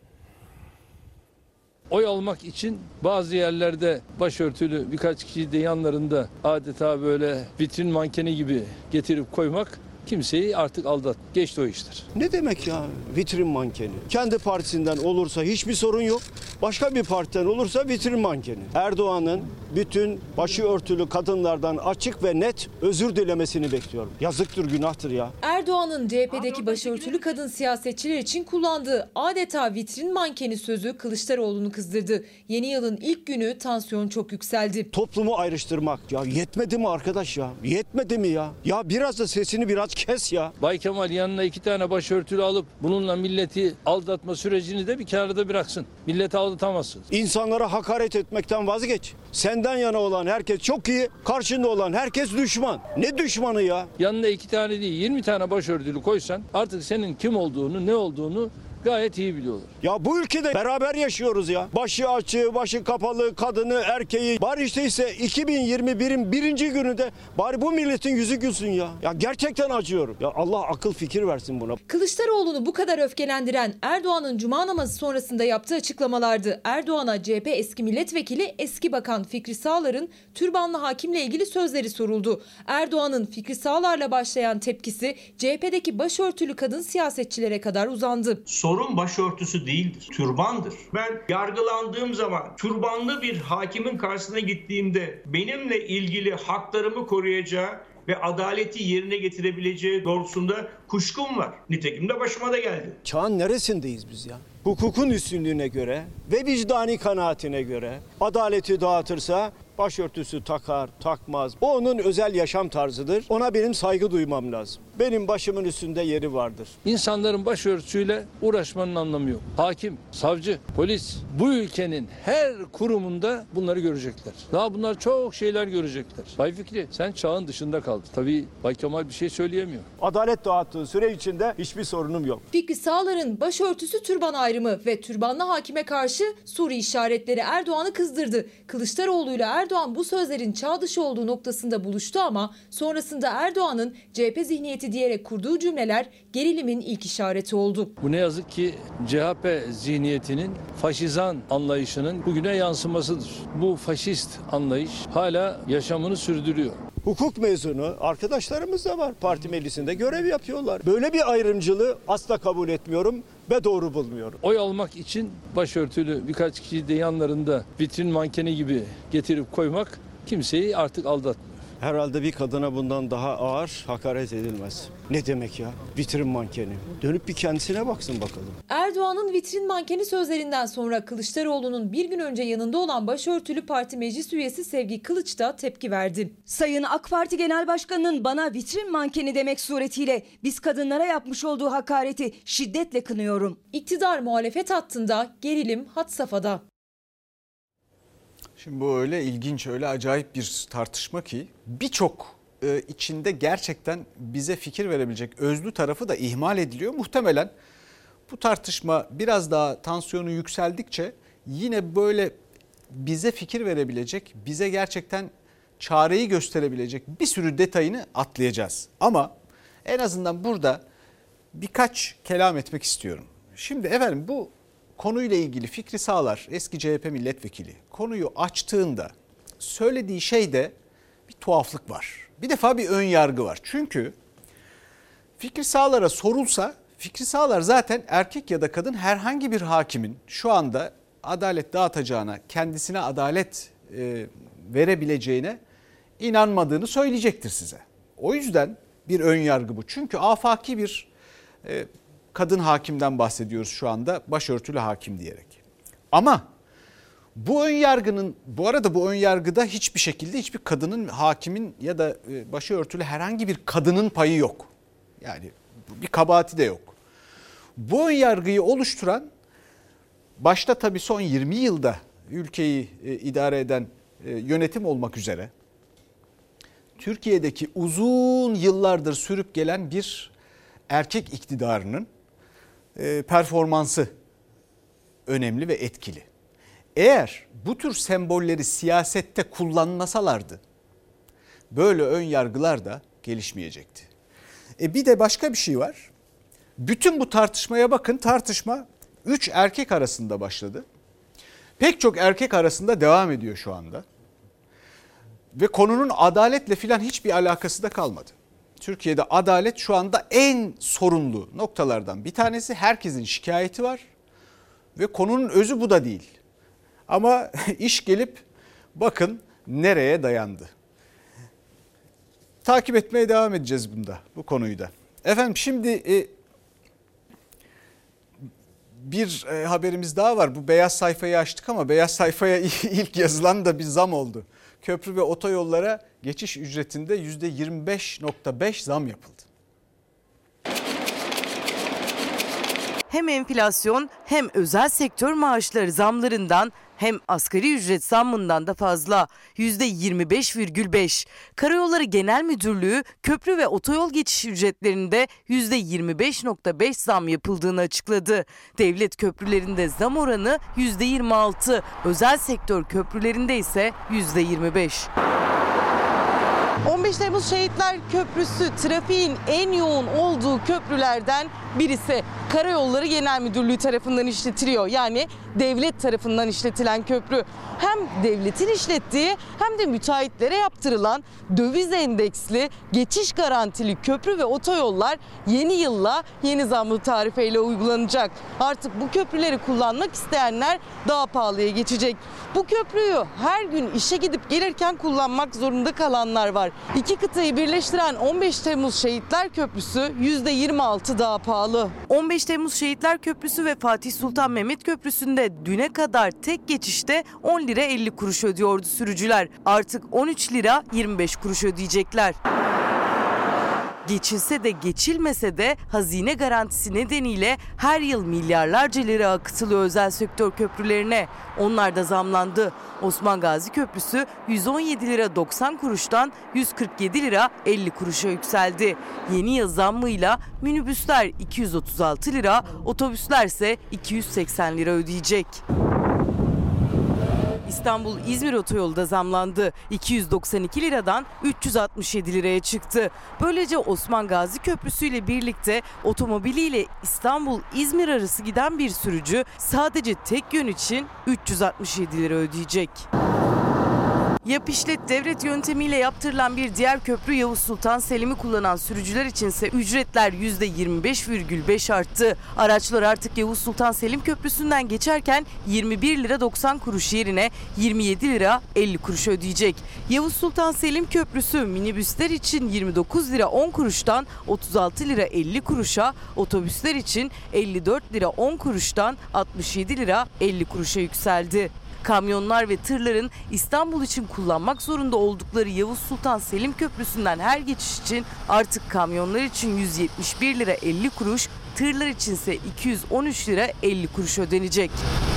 Oy almak için bazı yerlerde başörtülü birkaç kişi de yanlarında adeta böyle vitrin mankeni gibi getirip koymak kimseyi artık aldat. Geçti o işler. Ne demek ya vitrin mankeni? Kendi partisinden olursa hiçbir sorun yok. Başka bir partiden olursa vitrin mankeni. Erdoğan'ın bütün başı örtülü kadınlardan açık ve net özür dilemesini bekliyorum. Yazıktır, günahtır ya. Erdoğan'ın C H P'deki başörtülü kadın siyasetçiler için kullandığı adeta vitrin mankeni sözü Kılıçdaroğlu'nu kızdırdı. Yeni yılın ilk günü tansiyon çok yükseldi. Toplumu ayrıştırmak ya yetmedi mi arkadaş ya? Yetmedi mi ya? Ya biraz da sesini biraz kes ya. Bay Kemal yanına iki tane başörtülü alıp bununla milleti aldatma sürecini de bir kenarda bıraksın. Milleti aldatamazsın. İnsanlara hakaret etmekten vazgeç. Senden yana olan herkes çok iyi, karşında olan herkes düşman. Ne düşmanı ya? Yanına iki tane değil yirmi tane başörtülü koysan artık senin kim olduğunu, ne olduğunu gayet iyi biliyorlar. Ya bu ülkede beraber yaşıyoruz ya. Başı açığı, başı kapalı, kadını, erkeği. Bari işte ise iki bin yirmi birin birinci gününde bari bu milletin yüzü gülsün ya. Ya gerçekten acıyorum. Ya Allah akıl fikir versin buna. Kılıçdaroğlu'nu bu kadar öfkelendiren Erdoğan'ın cuma namazı sonrasında yaptığı açıklamalardı. Erdoğan'a C H P eski milletvekili, eski bakan Fikri Sağlar'ın türbanlı hakimle ilgili sözleri soruldu. Erdoğan'ın Fikri Sağlar'la başlayan tepkisi C H P'deki başörtülü kadın siyasetçilere kadar uzandı. Sorun başörtüsü değildir, türbandır. Ben yargılandığım zaman türbanlı bir hakimin karşısına gittiğimde benimle ilgili haklarımı koruyacağı ve adaleti yerine getirebileceği doğrultusunda kuşkum var. Nitekim de başıma da geldi. Çağın neresindeyiz biz ya? Hukukun üstünlüğüne göre ve vicdani kanaatine göre adaleti dağıtırsa başörtüsü takar, takmaz. O onun özel yaşam tarzıdır. Ona benim saygı duymam lazım. Benim başımın üstünde yeri vardır. İnsanların başörtüsüyle uğraşmanın anlamı yok. Hakim, savcı, polis bu ülkenin her kurumunda bunları görecekler. Daha bunlar çok şeyler görecekler. Bay Fikri sen çağın dışında kaldın. Tabii Bay Kemal bir şey söyleyemiyor. Adalet dağıttığı süre içinde hiçbir sorunum yok. Fikri Sağlar'ın başörtüsü türban ayrımı ve türbanlı hakime karşı Suri işaretleri Erdoğan'ı kızdırdı. Kılıçdaroğlu ile Erdoğan bu sözlerin çağ dışı olduğu noktasında buluştu ama sonrasında Erdoğan'ın C H P zihniyeti diyerek kurduğu cümleler gerilimin ilk işareti oldu. Bu ne yazık ki C H P zihniyetinin faşizan anlayışının bugüne yansımasıdır. Bu faşist anlayış hala yaşamını sürdürüyor. Hukuk mezunu arkadaşlarımız da var. Parti meclisinde görev yapıyorlar. Böyle bir ayrımcılığı asla kabul etmiyorum ve doğru bulmuyorum. Oy almak için başörtülü birkaç kişiyi de yanlarında vitrin mankeni gibi getirip koymak kimseyi artık aldatmıyor. Herhalde bir kadına bundan daha ağır hakaret edilmez. Ne demek ya? Vitrin mankeni. Dönüp bir kendisine baksın bakalım. Erdoğan'ın vitrin mankeni sözlerinden sonra Kılıçdaroğlu'nun bir gün önce yanında olan başörtülü parti meclis üyesi Sevgi Kılıç da tepki verdi. Sayın AK Parti Genel Başkanı'nın bana vitrin mankeni demek suretiyle biz kadınlara yapmış olduğu hakareti şiddetle kınıyorum. İktidar muhalefet hattında, gerilim had safhada. Şimdi bu öyle ilginç, öyle acayip bir tartışma ki birçok e, içinde gerçekten bize fikir verebilecek özlü tarafı da ihmal ediliyor. Muhtemelen bu tartışma biraz daha tansiyonu yükseldikçe yine böyle bize fikir verebilecek, bize gerçekten çareyi gösterebilecek bir sürü detayını atlayacağız. Ama en azından burada birkaç kelam etmek istiyorum. Şimdi efendim bu konuyla ilgili Fikri Sağlar, eski C H P milletvekili, konuyu açtığında söylediği şeyde bir tuhaflık var. Bir defa bir ön yargı var. Çünkü Fikri Sağlar'a sorulsa, Fikri Sağlar zaten erkek ya da kadın herhangi bir hakimin şu anda adalet dağıtacağına, kendisine adalet e, verebileceğine inanmadığını söyleyecektir size. O yüzden bir ön yargı bu. Çünkü afaki bir e, kadın hakimden bahsediyoruz şu anda, başörtülü hakim diyerek. Ama bu ön yargının, bu arada bu ön yargıda hiçbir şekilde hiçbir kadının, hakimin ya da başörtülü herhangi bir kadının payı yok. Yani bir kabahati de yok. Bu ön yargıyı oluşturan, başta tabii son yirmi yılda ülkeyi idare eden yönetim olmak üzere Türkiye'deki uzun yıllardır sürüp gelen bir erkek iktidarının performansı önemli ve etkili. Eğer bu tür sembolleri siyasette kullanmasalardı böyle ön yargılar da gelişmeyecekti. E bir de başka bir şey var. Bütün bu tartışmaya bakın, tartışma üç erkek arasında başladı. Pek çok erkek arasında devam ediyor şu anda. Ve konunun adaletle filan hiçbir alakası da kalmadı. Türkiye'de adalet şu anda en sorunlu noktalardan bir tanesi. Herkesin şikayeti var ve konunun özü bu da değil. Ama iş gelip bakın nereye dayandı. Takip etmeye devam edeceğiz bunda, bu konuyu da. Efendim şimdi e, bir e, haberimiz daha var. Bu beyaz sayfayı açtık ama beyaz sayfaya ilk yazılan da bir zam oldu. Köprü ve otoyollara geçiş ücretinde yüzde yirmi beş nokta beş zam yapıldı. Hem enflasyon hem özel sektör maaşları zamlarından hem asgari ücret zammından da fazla yüzde yirmi beş virgül beş. Karayolları Genel Müdürlüğü köprü ve otoyol geçiş ücretlerinde yüzde yirmi beş nokta beş zam yapıldığını açıkladı. Devlet köprülerinde zam oranı yüzde yirmi altı, özel sektör köprülerinde ise yüzde yirmi beş. on beş Temmuz Şehitler Köprüsü trafiğin en yoğun olduğu köprülerden birisi. Karayolları Genel Müdürlüğü tarafından işletiliyor. Yani devlet tarafından işletilen köprü. Hem devletin işlettiği hem de müteahhitlere yaptırılan döviz endeksli geçiş garantili köprü ve otoyollar yeni yılla yeni zamlı tarifeyle uygulanacak. Artık bu köprüleri kullanmak isteyenler daha pahalıya geçecek. Bu köprüyü her gün işe gidip gelirken kullanmak zorunda kalanlar var. var. İki kıtayı birleştiren on beş Temmuz Şehitler Köprüsü yüzde yirmi altı daha pahalı. on beş Temmuz Şehitler Köprüsü ve Fatih Sultan Mehmet Köprüsü'nde düne kadar tek geçişte on lira elli kuruş ödüyordu sürücüler. Artık on üç lira yirmi beş kuruş ödeyecekler. Geçilse de geçilmese de hazine garantisi nedeniyle her yıl milyarlarca lira akıtılıyor özel sektör köprülerine. Onlar da zamlandı. Osman Gazi Köprüsü yüz on yedi lira doksan kuruştan yüz kırk yedi lira elli kuruşa yükseldi. Yeni yıl zammıyla minibüsler iki yüz otuz altı lira, otobüsler ise iki yüz seksen lira ödeyecek. İstanbul-İzmir otoyolu da zamlandı. iki yüz doksan iki liradan üç yüz altmış yedi liraya çıktı. Böylece Osman Gazi Köprüsü ile birlikte otomobiliyle İstanbul-İzmir arası giden bir sürücü sadece tek yön için üç yüz altmış yedi lira ödeyecek. Yap işlet devlet yöntemiyle yaptırılan bir diğer köprü Yavuz Sultan Selim'i kullanan sürücüler içinse ücretler yüzde yirmi beş virgül beş arttı. Araçlar artık Yavuz Sultan Selim Köprüsü'nden geçerken yirmi bir lira doksan kuruş yerine yirmi yedi lira elli kuruş ödeyecek. Yavuz Sultan Selim Köprüsü minibüsler için yirmi dokuz lira on kuruştan otuz altı lira elli kuruşa, otobüsler için elli dört lira on kuruştan altmış yedi lira elli kuruşa yükseldi. Kamyonlar ve tırların İstanbul için kullanmak zorunda oldukları Yavuz Sultan Selim Köprüsü'nden her geçiş için artık kamyonlar için yüz yetmiş bir lira elli kuruş, tırlar içinse iki yüz on üç lira elli kuruş ödenecek.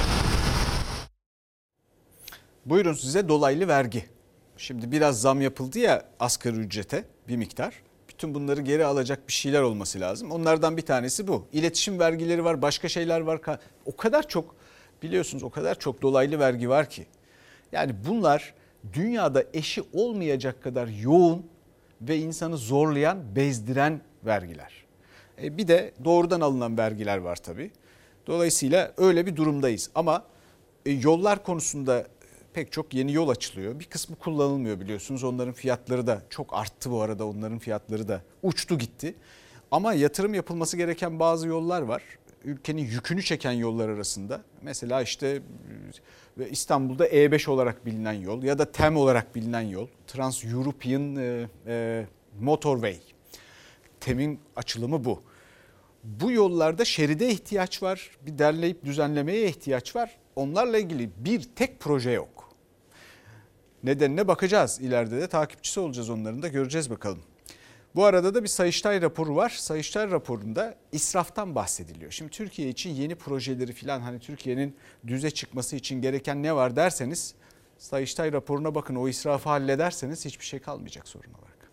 Buyurun size dolaylı vergi. Şimdi biraz zam yapıldı ya asgari ücrete bir miktar. Bütün bunları geri alacak bir şeyler olması lazım. Onlardan bir tanesi bu. İletişim vergileri var, başka şeyler var. O kadar çok biliyorsunuz o kadar çok dolaylı vergi var ki. Yani bunlar dünyada eşi olmayacak kadar yoğun ve insanı zorlayan, bezdiren vergiler. E bir de doğrudan alınan vergiler var tabii. Dolayısıyla öyle bir durumdayız. Ama e, yollar konusunda pek çok yeni yol açılıyor. Bir kısmı kullanılmıyor biliyorsunuz. Onların fiyatları da çok arttı bu arada. Onların fiyatları da uçtu gitti. Ama yatırım yapılması gereken bazı yollar var. Ülkenin yükünü çeken yollar arasında mesela işte İstanbul'da E beş olarak bilinen yol ya da TEM olarak bilinen yol, Trans-European e, e, Motorway. TEM'in açılımı bu. Bu yollarda şeride ihtiyaç var, bir derleyip düzenlemeye ihtiyaç var. Onlarla ilgili bir tek proje yok. Nedenine bakacağız, ileride de takipçisi olacağız, onların da göreceğiz bakalım. Bu arada da bir Sayıştay raporu var. Sayıştay raporunda israftan bahsediliyor. Şimdi Türkiye için yeni projeleri falan, hani Türkiye'nin düze çıkması için gereken ne var derseniz Sayıştay raporuna bakın, o israfı hallederseniz hiçbir şey kalmayacak sorun olarak.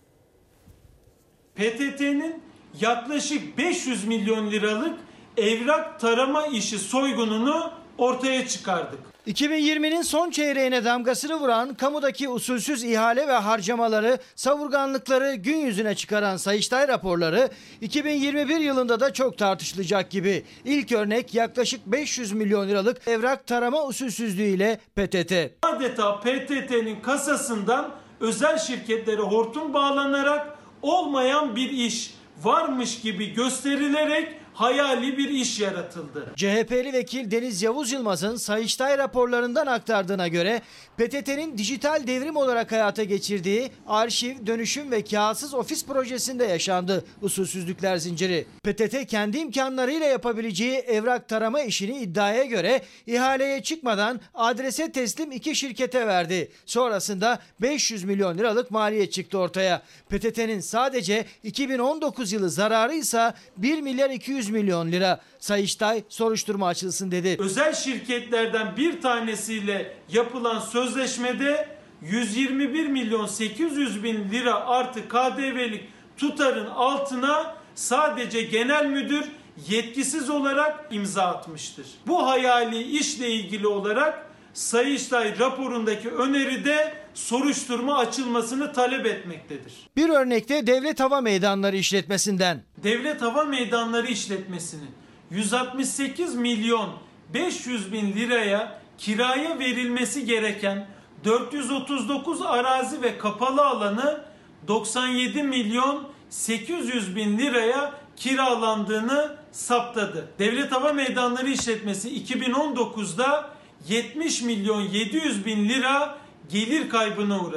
P T T'nin yaklaşık beş yüz milyon liralık evrak tarama işi soygununu ortaya çıkardık. iki bin yirminin son çeyreğine damgasını vuran kamudaki usulsüz ihale ve harcamaları, savurganlıkları gün yüzüne çıkaran Sayıştay raporları iki bin yirmi bir yılında da çok tartışılacak gibi. İlk örnek yaklaşık beş yüz milyon liralık evrak tarama usulsüzlüğüyle P T T. Adeta P T T'nin kasasından özel şirketlere hortum bağlanarak olmayan bir iş varmış gibi gösterilerek hayali bir iş yaratıldı. C H P'li vekil Deniz Yavuz Yılmaz'ın Sayıştay raporlarından aktardığına göre P T T'nin dijital devrim olarak hayata geçirdiği arşiv, dönüşüm ve kağıtsız ofis projesinde yaşandı usulsüzlükler zinciri. P T T kendi imkanlarıyla yapabileceği evrak tarama işini iddiaya göre ihaleye çıkmadan adrese teslim iki şirkete verdi. Sonrasında beş yüz milyon liralık maliyet çıktı ortaya. P T T'nin sadece iki bin on dokuz yılı zararı ise bir milyar iki yüz milyon lira. Sayıştay soruşturma açılsın dedi. Özel şirketlerden bir tanesiyle yapılan sözleşmede yüz yirmi bir milyon sekiz yüz bin lira artı K D V'lik tutarın altına sadece genel müdür yetkisiz olarak imza atmıştır. Bu hayali işle ilgili olarak Sayıştay raporundaki öneride soruşturma açılmasını talep etmektedir. Bir örnekte Devlet Hava Meydanları işletmesinden. Devlet Hava Meydanları işletmesinin yüz altmış sekiz milyon beş yüz bin liraya kiraya verilmesi gereken dört yüz otuz dokuz arazi ve kapalı alanı doksan yedi milyon sekiz yüz bin liraya kiralandığını saptadı. Devlet Hava Meydanları işletmesi iki bin on dokuzda yetmiş milyon yedi yüz bin lira gelir kaybına uğradı.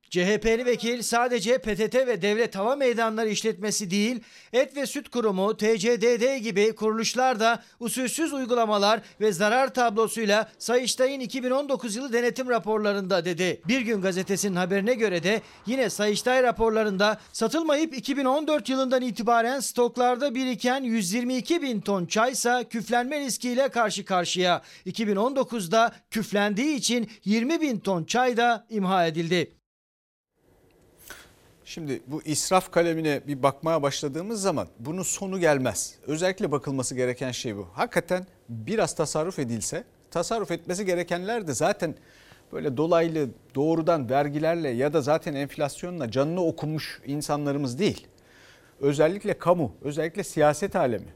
C H P'li vekil sadece P T T ve Devlet Hava Meydanları işletmesi değil, Et ve Süt Kurumu, T C D D gibi kuruluşlar da usulsüz uygulamalar ve zarar tablosuyla Sayıştay'ın iki bin on dokuz yılı denetim raporlarında dedi. Bir Gün Gazetesi'nin haberine göre de yine Sayıştay raporlarında satılmayıp iki bin on dört yılından itibaren stoklarda biriken yüz yirmi iki bin ton çaysa küflenme riskiyle karşı karşıya. iki bin on dokuzda küflendiği için yirmi bin ton çay da imha edildi. Şimdi bu israf kalemine bir bakmaya başladığımız zaman bunun sonu gelmez. Özellikle bakılması gereken şey bu. Hakikaten biraz tasarruf edilse, tasarruf etmesi gerekenler de zaten böyle dolaylı doğrudan vergilerle ya da zaten enflasyonla canını okumuş insanlarımız değil. Özellikle kamu, özellikle siyaset alemi.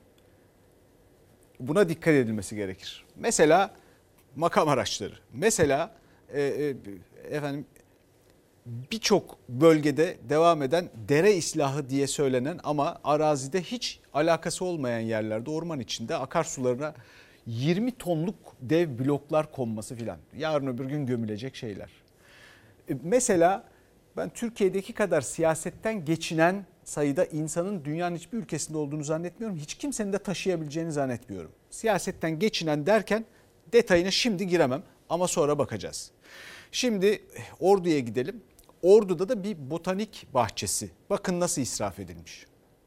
Buna dikkat edilmesi gerekir. Mesela makam araçları, mesela e, e, efendim birçok bölgede devam eden dere islahı diye söylenen ama arazide hiç alakası olmayan yerlerde orman içinde akarsularına yirmi tonluk dev bloklar konması filan. Yarın öbür gün gömülecek şeyler. Mesela ben Türkiye'deki kadar siyasetten geçinen sayıda insanın dünyanın hiçbir ülkesinde olduğunu zannetmiyorum. Hiç kimsenin de taşıyabileceğini zannetmiyorum. Siyasetten geçinen derken detayına şimdi giremem ama sonra bakacağız. Şimdi Ordu'ya gidelim. Ordu'da da bir botanik bahçesi. Bakın nasıl israf edilmiş.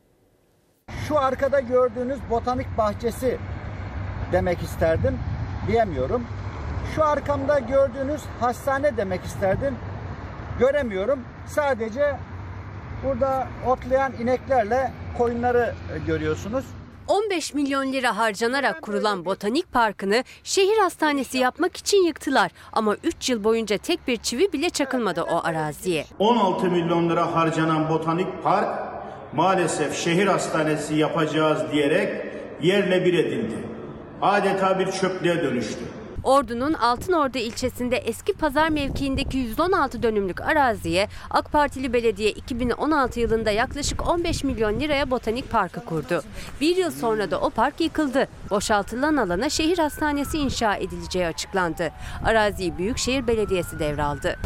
Şu arkada gördüğünüz botanik bahçesi demek isterdim, diyemiyorum. Şu arkamda gördüğünüz hastane demek isterdim, göremiyorum. Sadece burada otlayan ineklerle koyunları görüyorsunuz. on beş milyon lira harcanarak kurulan botanik parkını şehir hastanesi yapmak için yıktılar. Ama üç yıl boyunca tek bir çivi bile çakılmadı o araziye. on altı milyon lira harcanan botanik park maalesef şehir hastanesi yapacağız diyerek yerle bir edildi. Adeta bir çöplüğe dönüştü. Ordu'nun Altınordu ilçesinde eski pazar mevkiindeki yüz on altı dönümlük araziye AK Partili belediye iki bin on altı yılında yaklaşık on beş milyon liraya botanik parkı kurdu. Bir yıl sonra da o park yıkıldı. Boşaltılan alana şehir hastanesi inşa edileceği açıklandı. Araziyi Büyükşehir Belediyesi devraldı.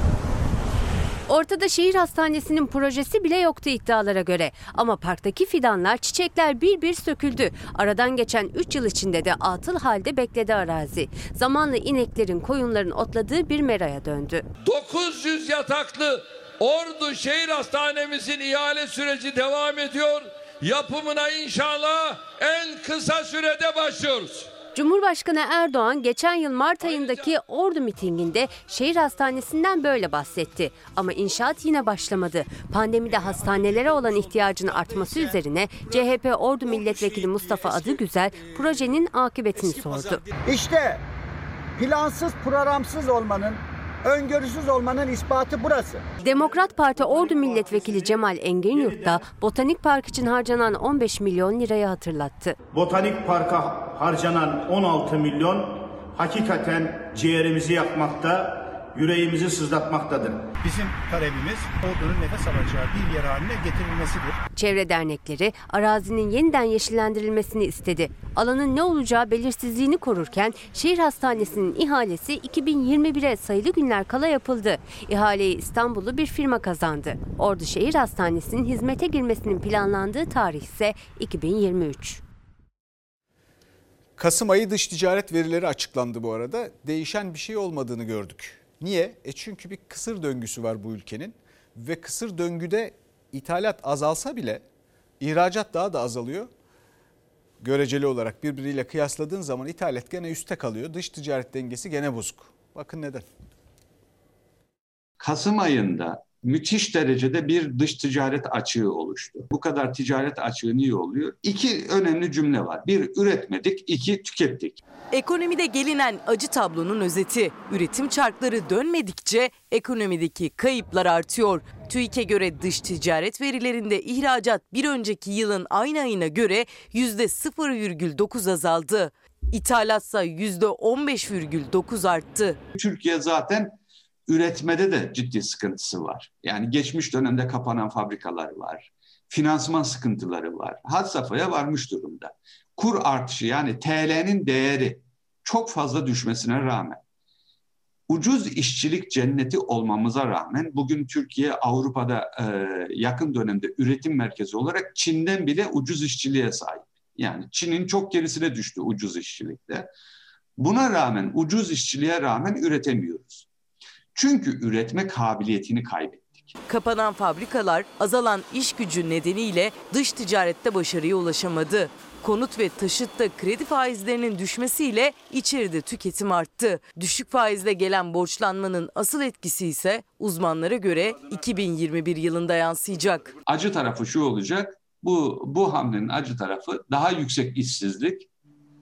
Ortada şehir hastanesinin projesi bile yoktu iddialara göre. Ama parktaki fidanlar, çiçekler bir bir söküldü. Aradan geçen üç yıl içinde de atıl halde bekledi arazi. Zamanla ineklerin, koyunların otladığı bir meraya döndü. dokuz yüz yataklı Ordu Şehir Hastanemizin ihale süreci devam ediyor. Yapımına inşallah en kısa sürede başlıyoruz. Cumhurbaşkanı Erdoğan geçen yıl Mart ayındaki Ordu mitinginde şehir hastanesinden böyle bahsetti. Ama inşaat yine başlamadı. Pandemide hastanelere olan ihtiyacın artması üzerine C H P Ordu Milletvekili Mustafa Adıgüzel projenin akıbetini sordu. İşte plansız, programsız olmanın, öngörüsüz olmanın ispatı burası. Demokrat Parti Ordu Milletvekili Cemal Enginyurt da Botanik Park için harcanan on beş milyon lirayı hatırlattı. Botanik Park'a harcanan on altı milyon hakikaten ciğerimizi yakmakta, yüreğimizi sızlatmaktadır. Bizim talebimiz Ordu'nun nefes alacağı bir yer haline getirilmesidir. Çevre dernekleri arazinin yeniden yeşillendirilmesini istedi. Alanın ne olacağı belirsizliğini korurken şehir hastanesinin ihalesi iki bin yirmi bire sayılı günler kala yapıldı. İhaleyi İstanbullu bir firma kazandı. Ordu Şehir Hastanesi'nin hizmete girmesinin planlandığı tarih ise iki bin yirmi üç. Kasım ayı dış ticaret verileri açıklandı bu arada. Değişen bir şey olmadığını gördük. Niye? E çünkü bir kısır döngüsü var bu ülkenin ve kısır döngüde ithalat azalsa bile ihracat daha da azalıyor. Göreceli olarak birbiriyle kıyasladığın zaman ithalat gene üstte kalıyor. Dış ticaret dengesi gene bozuk. Bakın neden? Kasım ayında müthiş derecede bir dış ticaret açığı oluştu. Bu kadar ticaret açığı niye oluyor? İki önemli cümle var. Bir, üretmedik. İki, tükettik. Ekonomide gelinen acı tablonun özeti. Üretim çarkları dönmedikçe ekonomideki kayıplar artıyor. TÜİK'e göre dış ticaret verilerinde ihracat bir önceki yılın aynı ayına göre yüzde sıfır virgül dokuz azaldı. İthalatsa yüzde on beş virgül dokuz arttı. Türkiye zaten üretmede de ciddi sıkıntısı var. Yani geçmiş dönemde kapanan fabrikalar var. Finansman sıkıntıları var. Had safhaya varmış durumda. Kur artışı yani T L'nin değeri çok fazla düşmesine rağmen ucuz işçilik cenneti olmamıza rağmen bugün Türkiye Avrupa'da e, yakın dönemde üretim merkezi olarak Çin'den bile ucuz işçiliğe sahip. Yani Çin'in çok gerisine düştü ucuz işçilikte. Buna rağmen ucuz işçiliğe rağmen üretemiyoruz. Çünkü üretme kabiliyetini kaybettik. Kapanan fabrikalar, azalan iş gücü nedeniyle dış ticarette başarıya ulaşamadı. Konut ve taşıtta kredi faizlerinin düşmesiyle içeride tüketim arttı. Düşük faizle gelen borçlanmanın asıl etkisi ise uzmanlara göre iki bin yirmi bir yılında yansıyacak. Acı tarafı şu olacak, bu, bu hamlenin acı tarafı daha yüksek işsizlik,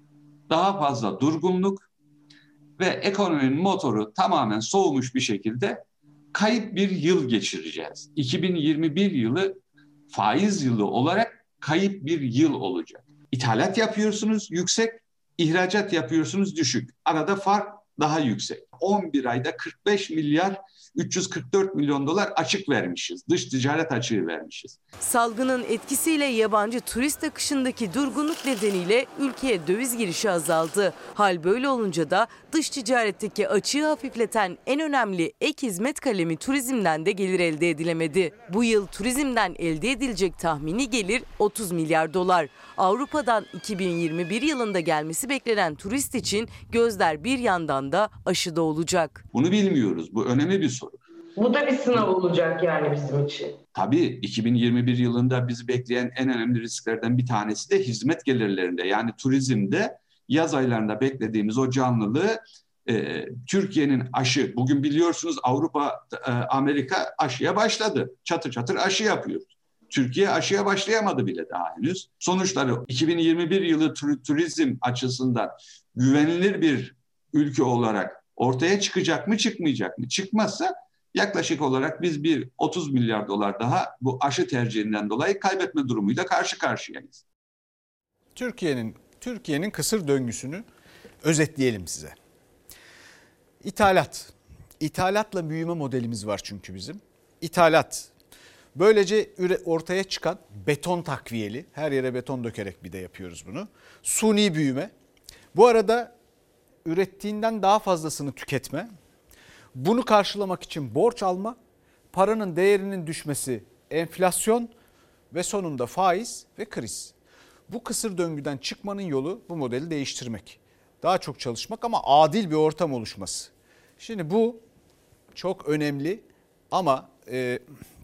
daha fazla durgunluk ve ekonominin motoru tamamen soğumuş bir şekilde kayıp bir yıl geçireceğiz. iki bin yirmi bir yılı faiz yılı olarak kayıp bir yıl olacak. İthalat yapıyorsunuz yüksek, ihracat yapıyorsunuz düşük. Arada fark daha yüksek. on bir ayda kırk beş milyar üç yüz kırk dört milyon dolar açık vermişiz. Dış ticaret açığı vermişiz. Salgının etkisiyle yabancı turist akışındaki durgunluk nedeniyle ülkeye döviz girişi azaldı. Hal böyle olunca da dış ticaretteki açığı hafifleten en önemli ek hizmet kalemi turizmden de gelir elde edilemedi. Bu yıl turizmden elde edilecek tahmini gelir otuz milyar dolar. Avrupa'dan iki bin yirmi bir yılında gelmesi beklenen turist için gözler bir yandan da aşıda olacak. Bunu bilmiyoruz. Bu önemli bir soru. Bu da bir sınav olacak yani bizim için. Tabii iki bin yirmi bir yılında bizi bekleyen en önemli risklerden bir tanesi de hizmet gelirlerinde. Yani turizmde yaz aylarında beklediğimiz o canlılığı e, Türkiye'nin aşı, bugün biliyorsunuz Avrupa, e, Amerika aşıya başladı. Çatır çatır aşı yapıyor. Türkiye aşıya başlayamadı bile daha henüz. Sonuçları iki bin yirmi bir yılı tur- turizm açısından güvenilir bir ülke olarak ortaya çıkacak mı, çıkmayacak mı? Çıkmazsa yaklaşık olarak biz bir otuz milyar dolar daha bu aşı tercihinden dolayı kaybetme durumuyla karşı karşıyayız. Türkiye'nin Türkiye'nin kısır döngüsünü özetleyelim size. İthalat. İthalatla büyüme modelimiz var çünkü bizim. İthalat. Böylece ortaya çıkan beton takviyeli, her yere beton dökerek bir de yapıyoruz bunu. Suni büyüme. Bu arada ürettiğinden daha fazlasını tüketme. Bunu karşılamak için borç alma, paranın değerinin düşmesi, enflasyon ve sonunda faiz ve kriz. Bu kısır döngüden çıkmanın yolu bu modeli değiştirmek. Daha çok çalışmak ama adil bir ortam oluşması. Şimdi bu çok önemli ama e,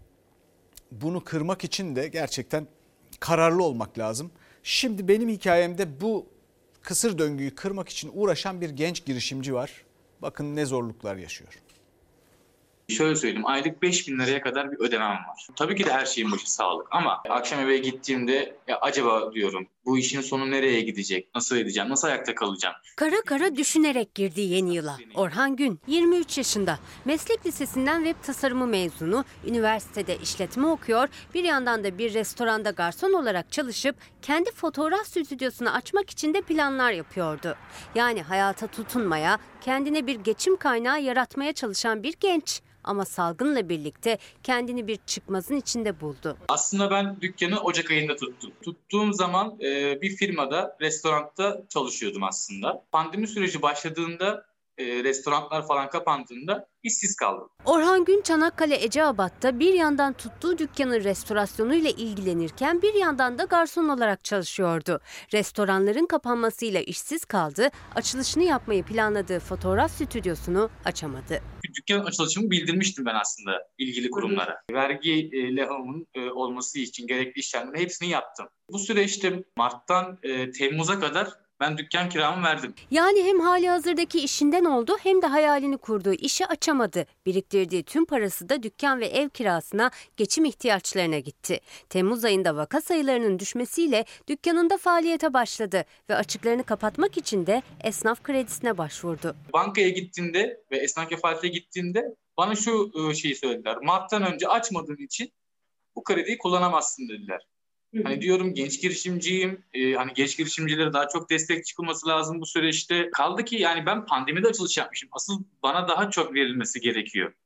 bunu kırmak için de gerçekten kararlı olmak lazım. Şimdi benim hikayemde bu kısır döngüyü kırmak için uğraşan bir genç girişimci var. Bakın ne zorluklar yaşıyor. Şöyle söyleyeyim, aylık beş bin liraya kadar bir ödemem var. Tabii ki de her şeyin başı sağlık ama akşam eve gittiğimde ya acaba diyorum bu işin sonu nereye gidecek, nasıl edeceğim, nasıl ayakta kalacağım? Kara kara düşünerek girdi yeni yıla. Orhan Gün yirmi üç yaşında. Meslek lisesinden web tasarımı mezunu, üniversitede işletme okuyor, bir yandan da bir restoranda garson olarak çalışıp kendi fotoğraf stüdyosunu açmak için de planlar yapıyordu. Yani hayata tutunmaya, kendine bir geçim kaynağı yaratmaya çalışan bir genç. Ama salgınla birlikte kendini bir çıkmazın içinde buldu. Aslında ben dükkanı Ocak ayında tuttum. Tuttuğum zaman e, bir firmada, restoranda çalışıyordum aslında. Pandemi süreci başladığında, e, restoranlar falan kapandığında işsiz kaldım. Orhan Gün Çanakkale Eceabat'ta bir yandan tuttuğu dükkanın restorasyonuyla ilgilenirken bir yandan da garson olarak çalışıyordu. Restoranların kapanmasıyla işsiz kaldı, açılışını yapmayı planladığı fotoğraf stüdyosunu açamadı. Dükkan açılışımı bildirmiştim ben aslında ilgili kurumlara. Vergi e, levhamın e, olması için gerekli işlemlerin hepsini yaptım. Bu süreçte Mart'tan e, Temmuz'a kadar ben dükkan kiramı verdim. Yani hem hali hazırdaki işinden oldu hem de hayalini kurduğu işi açamadı. Biriktirdiği tüm parası da dükkan ve ev kirasına, geçim ihtiyaçlarına gitti. Temmuz ayında vaka sayılarının düşmesiyle dükkanında faaliyete başladı ve açıklarını kapatmak için de esnaf kredisine başvurdu. Bankaya gittiğimde ve esnaf kefalete gittiğimde bana şu şeyi söylediler. Mart'tan önce açmadığın için bu krediyi kullanamazsın dediler. Hani diyorum genç girişimciyim, ee, hani genç girişimcilere daha çok destek çıkılması lazım bu süreçte. Kaldı ki yani ben pandemide açılış yapmışım. Asıl bana daha çok verilmesi gerekiyor.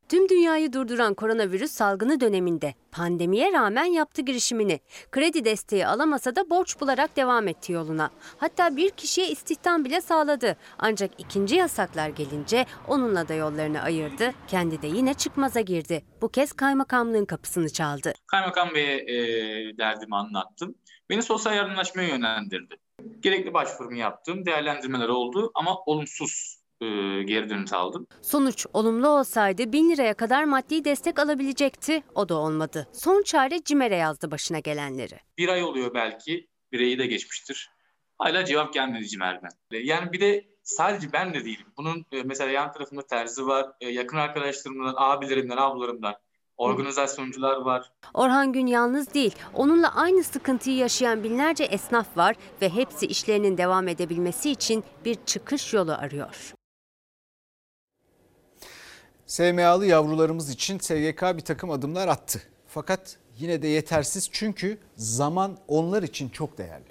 Tüm dünyayı durduran koronavirüs salgını döneminde pandemiye rağmen yaptı girişimini. Kredi desteği alamasa da borç bularak devam etti yoluna. Hatta bir kişiye istihdam bile sağladı. Ancak ikinci yasaklar gelince onunla da yollarını ayırdı. Kendi de yine çıkmaza girdi. Bu kez kaymakamlığın kapısını çaldı. Kaymakam Bey'e e, derdimi anlattım. Beni sosyal yardımlaşmaya yönlendirdi. Gerekli başvurumu yaptım. Değerlendirmeler oldu ama olumsuz e, geri dönüş aldım. Sonuç olumlu olsaydı bin liraya kadar maddi destek alabilecekti. O da olmadı. Son çare CİMER'e yazdı başına gelenleri. Bir ay oluyor belki. Bir ayı da geçmiştir. Hala cevap gelmedi CİMER'den. Yani bir de sadece ben de değilim. Bunun e, mesela yan tarafında terzi var. E, yakın arkadaşlarımdan, abilerimden, ablalarımdan. Organizasyoncular var. Orhan Gün yalnız değil. Onunla aynı sıkıntıyı yaşayan binlerce esnaf var ve hepsi işlerinin devam edebilmesi için bir çıkış yolu arıyor. S M A'lı yavrularımız için S G K bir takım adımlar attı. Fakat yine de yetersiz çünkü zaman onlar için çok değerli.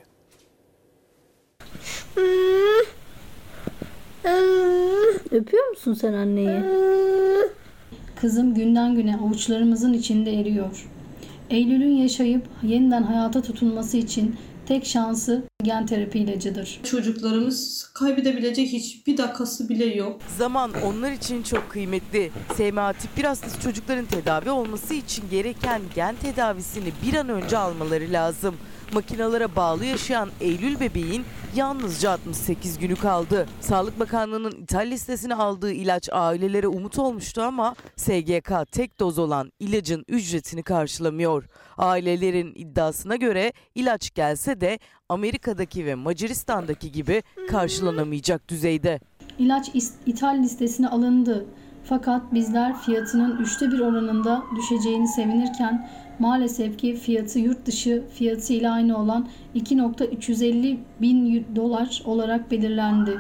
Öpüyor musun sen anneyi? Kızım günden güne avuçlarımızın içinde eriyor. Eylül'ün yaşayıp yeniden hayata tutunması için tek şansı gen terapi ilacıdır. Çocuklarımız kaybedebilecek hiçbir dakikası bile yok. Zaman onlar için çok kıymetli. S M A tip bir hastası çocukların tedavi olması için gereken gen tedavisini bir an önce almaları lazım. Makinalara bağlı yaşayan Eylül bebeğin yalnızca altmış sekiz günü kaldı. Sağlık Bakanlığı'nın ithal listesine aldığı ilaç ailelere umut olmuştu ama S G K tek doz olan ilacın ücretini karşılamıyor. Ailelerin iddiasına göre ilaç gelse de Amerika'daki ve Macaristan'daki gibi karşılanamayacak düzeyde. İlaç ithal listesine alındı. Fakat bizler fiyatının üçte bir oranında düşeceğini sevinirken maalesef ki fiyatı yurt dışı fiyatı ile aynı olan iki milyon üç yüz elli bin dolar olarak belirlendi.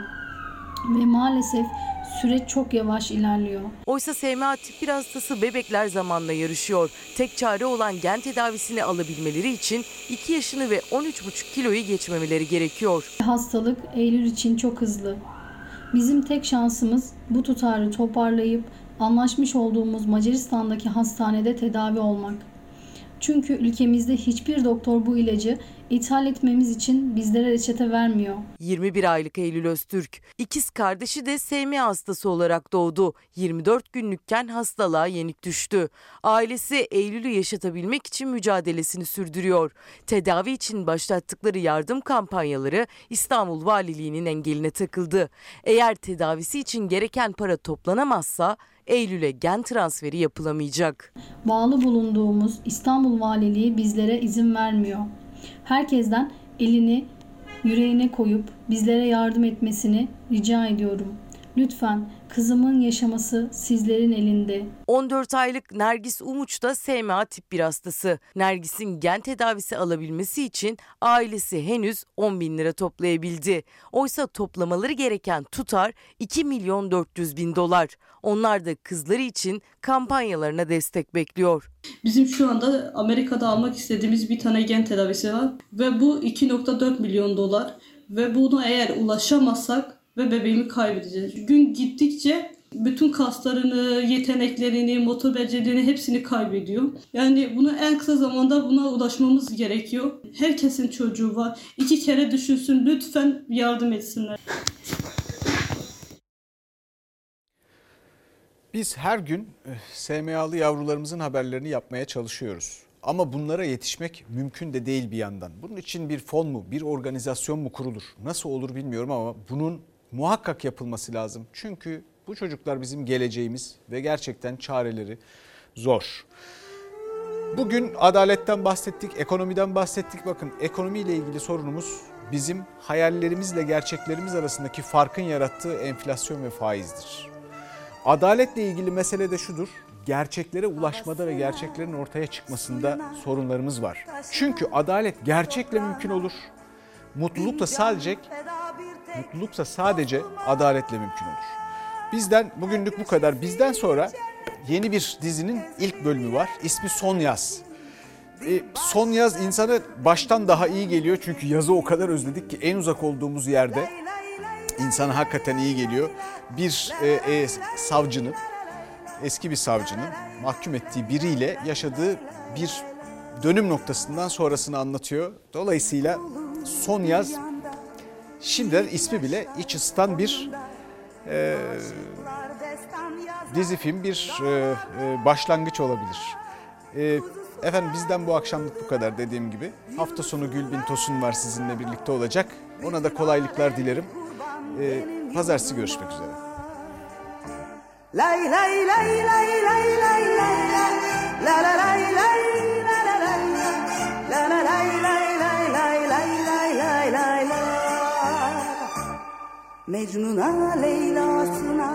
Ve maalesef süreç çok yavaş ilerliyor. Oysa S M A tip bir hastası bebekler zamanla yarışıyor. Tek çare olan gen tedavisini alabilmeleri için iki yaşını ve on üç buçuk kiloyu geçmemeleri gerekiyor. Hastalık Eylül için çok hızlı. Bizim tek şansımız bu tutarı toparlayıp anlaşmış olduğumuz Macaristan'daki hastanede tedavi olmak. Çünkü ülkemizde hiçbir doktor bu ilacı ithal etmemiz için bizlere reçete vermiyor. yirmi bir aylık Eylül Öztürk, ikiz kardeşi de S M A hastası olarak doğdu. yirmi dört günlükken hastalığa yenik düştü. Ailesi Eylül'ü yaşatabilmek için mücadelesini sürdürüyor. Tedavi için başlattıkları yardım kampanyaları İstanbul Valiliği'nin engeline takıldı. Eğer tedavisi için gereken para toplanamazsa Eylül'e gen transferi yapılamayacak. Bağlı bulunduğumuz İstanbul Valiliği bizlere izin vermiyor. Herkesten elini yüreğine koyup bizlere yardım etmesini rica ediyorum. Lütfen kızımın yaşaması sizlerin elinde. on dört aylık Nergis Umuç da S M A tip bir hastası. Nergis'in gen tedavisi alabilmesi için ailesi henüz on bin lira toplayabildi. Oysa toplamaları gereken tutar iki milyon dört yüz bin dolar. Onlar da kızları için kampanyalarına destek bekliyor. Bizim şu anda Amerika'da almak istediğimiz bir tane gen tedavisi var ve bu iki nokta dört milyon dolar ve bunu eğer ulaşamazsak ve bebeğimi kaybedeceğiz. Gün gittikçe bütün kaslarını, yeteneklerini, motor becerilerini hepsini kaybediyor. Yani bunu en kısa zamanda buna ulaşmamız gerekiyor. Herkesin çocuğu var. İki kere düşünsün, lütfen yardım etsinler. Biz her gün S M A'lı yavrularımızın haberlerini yapmaya çalışıyoruz. Ama bunlara yetişmek mümkün de değil bir yandan. Bunun için bir fon mu, bir organizasyon mu kurulur? Nasıl olur bilmiyorum ama bunun muhakkak yapılması lazım. Çünkü bu çocuklar bizim geleceğimiz ve gerçekten çareleri zor. Bugün adaletten bahsettik, ekonomiden bahsettik. Bakın ekonomiyle ilgili sorunumuz bizim hayallerimizle gerçeklerimiz arasındaki farkın yarattığı enflasyon ve faizdir. Adaletle ilgili mesele de şudur. Gerçeklere ulaşmada ve gerçeklerin ortaya çıkmasında sorunlarımız var. Çünkü adalet gerçekle mümkün olur. Mutluluk da sadece mutluluk da sadece adaletle mümkün olur. Bizden bugünlük bu kadar. Bizden sonra yeni bir dizinin ilk bölümü var. İsmi Son Yaz. E, son yaz insana baştan daha iyi geliyor. Çünkü yazı o kadar özledik ki en uzak olduğumuz yerde insana hakikaten iyi geliyor. Bir e, e, savcının eski bir savcının mahkum ettiği biriyle yaşadığı bir dönüm noktasından sonrasını anlatıyor. Dolayısıyla Son Yaz şimdiden ismi bile iç ısıtan bir e, dizi film, bir e, e, başlangıç olabilir. E, efendim bizden bu akşamlık bu kadar dediğim gibi. Hafta sonu Gülbin Tosun var sizinle birlikte olacak. Ona da kolaylıklar dilerim. E, pazartesi görüşmek üzere. Lay lay lay lay lay lay lay la la lay lay la la lay la la lay lay lay lay lay lay lay lay la Mecnun'a Leyla'sına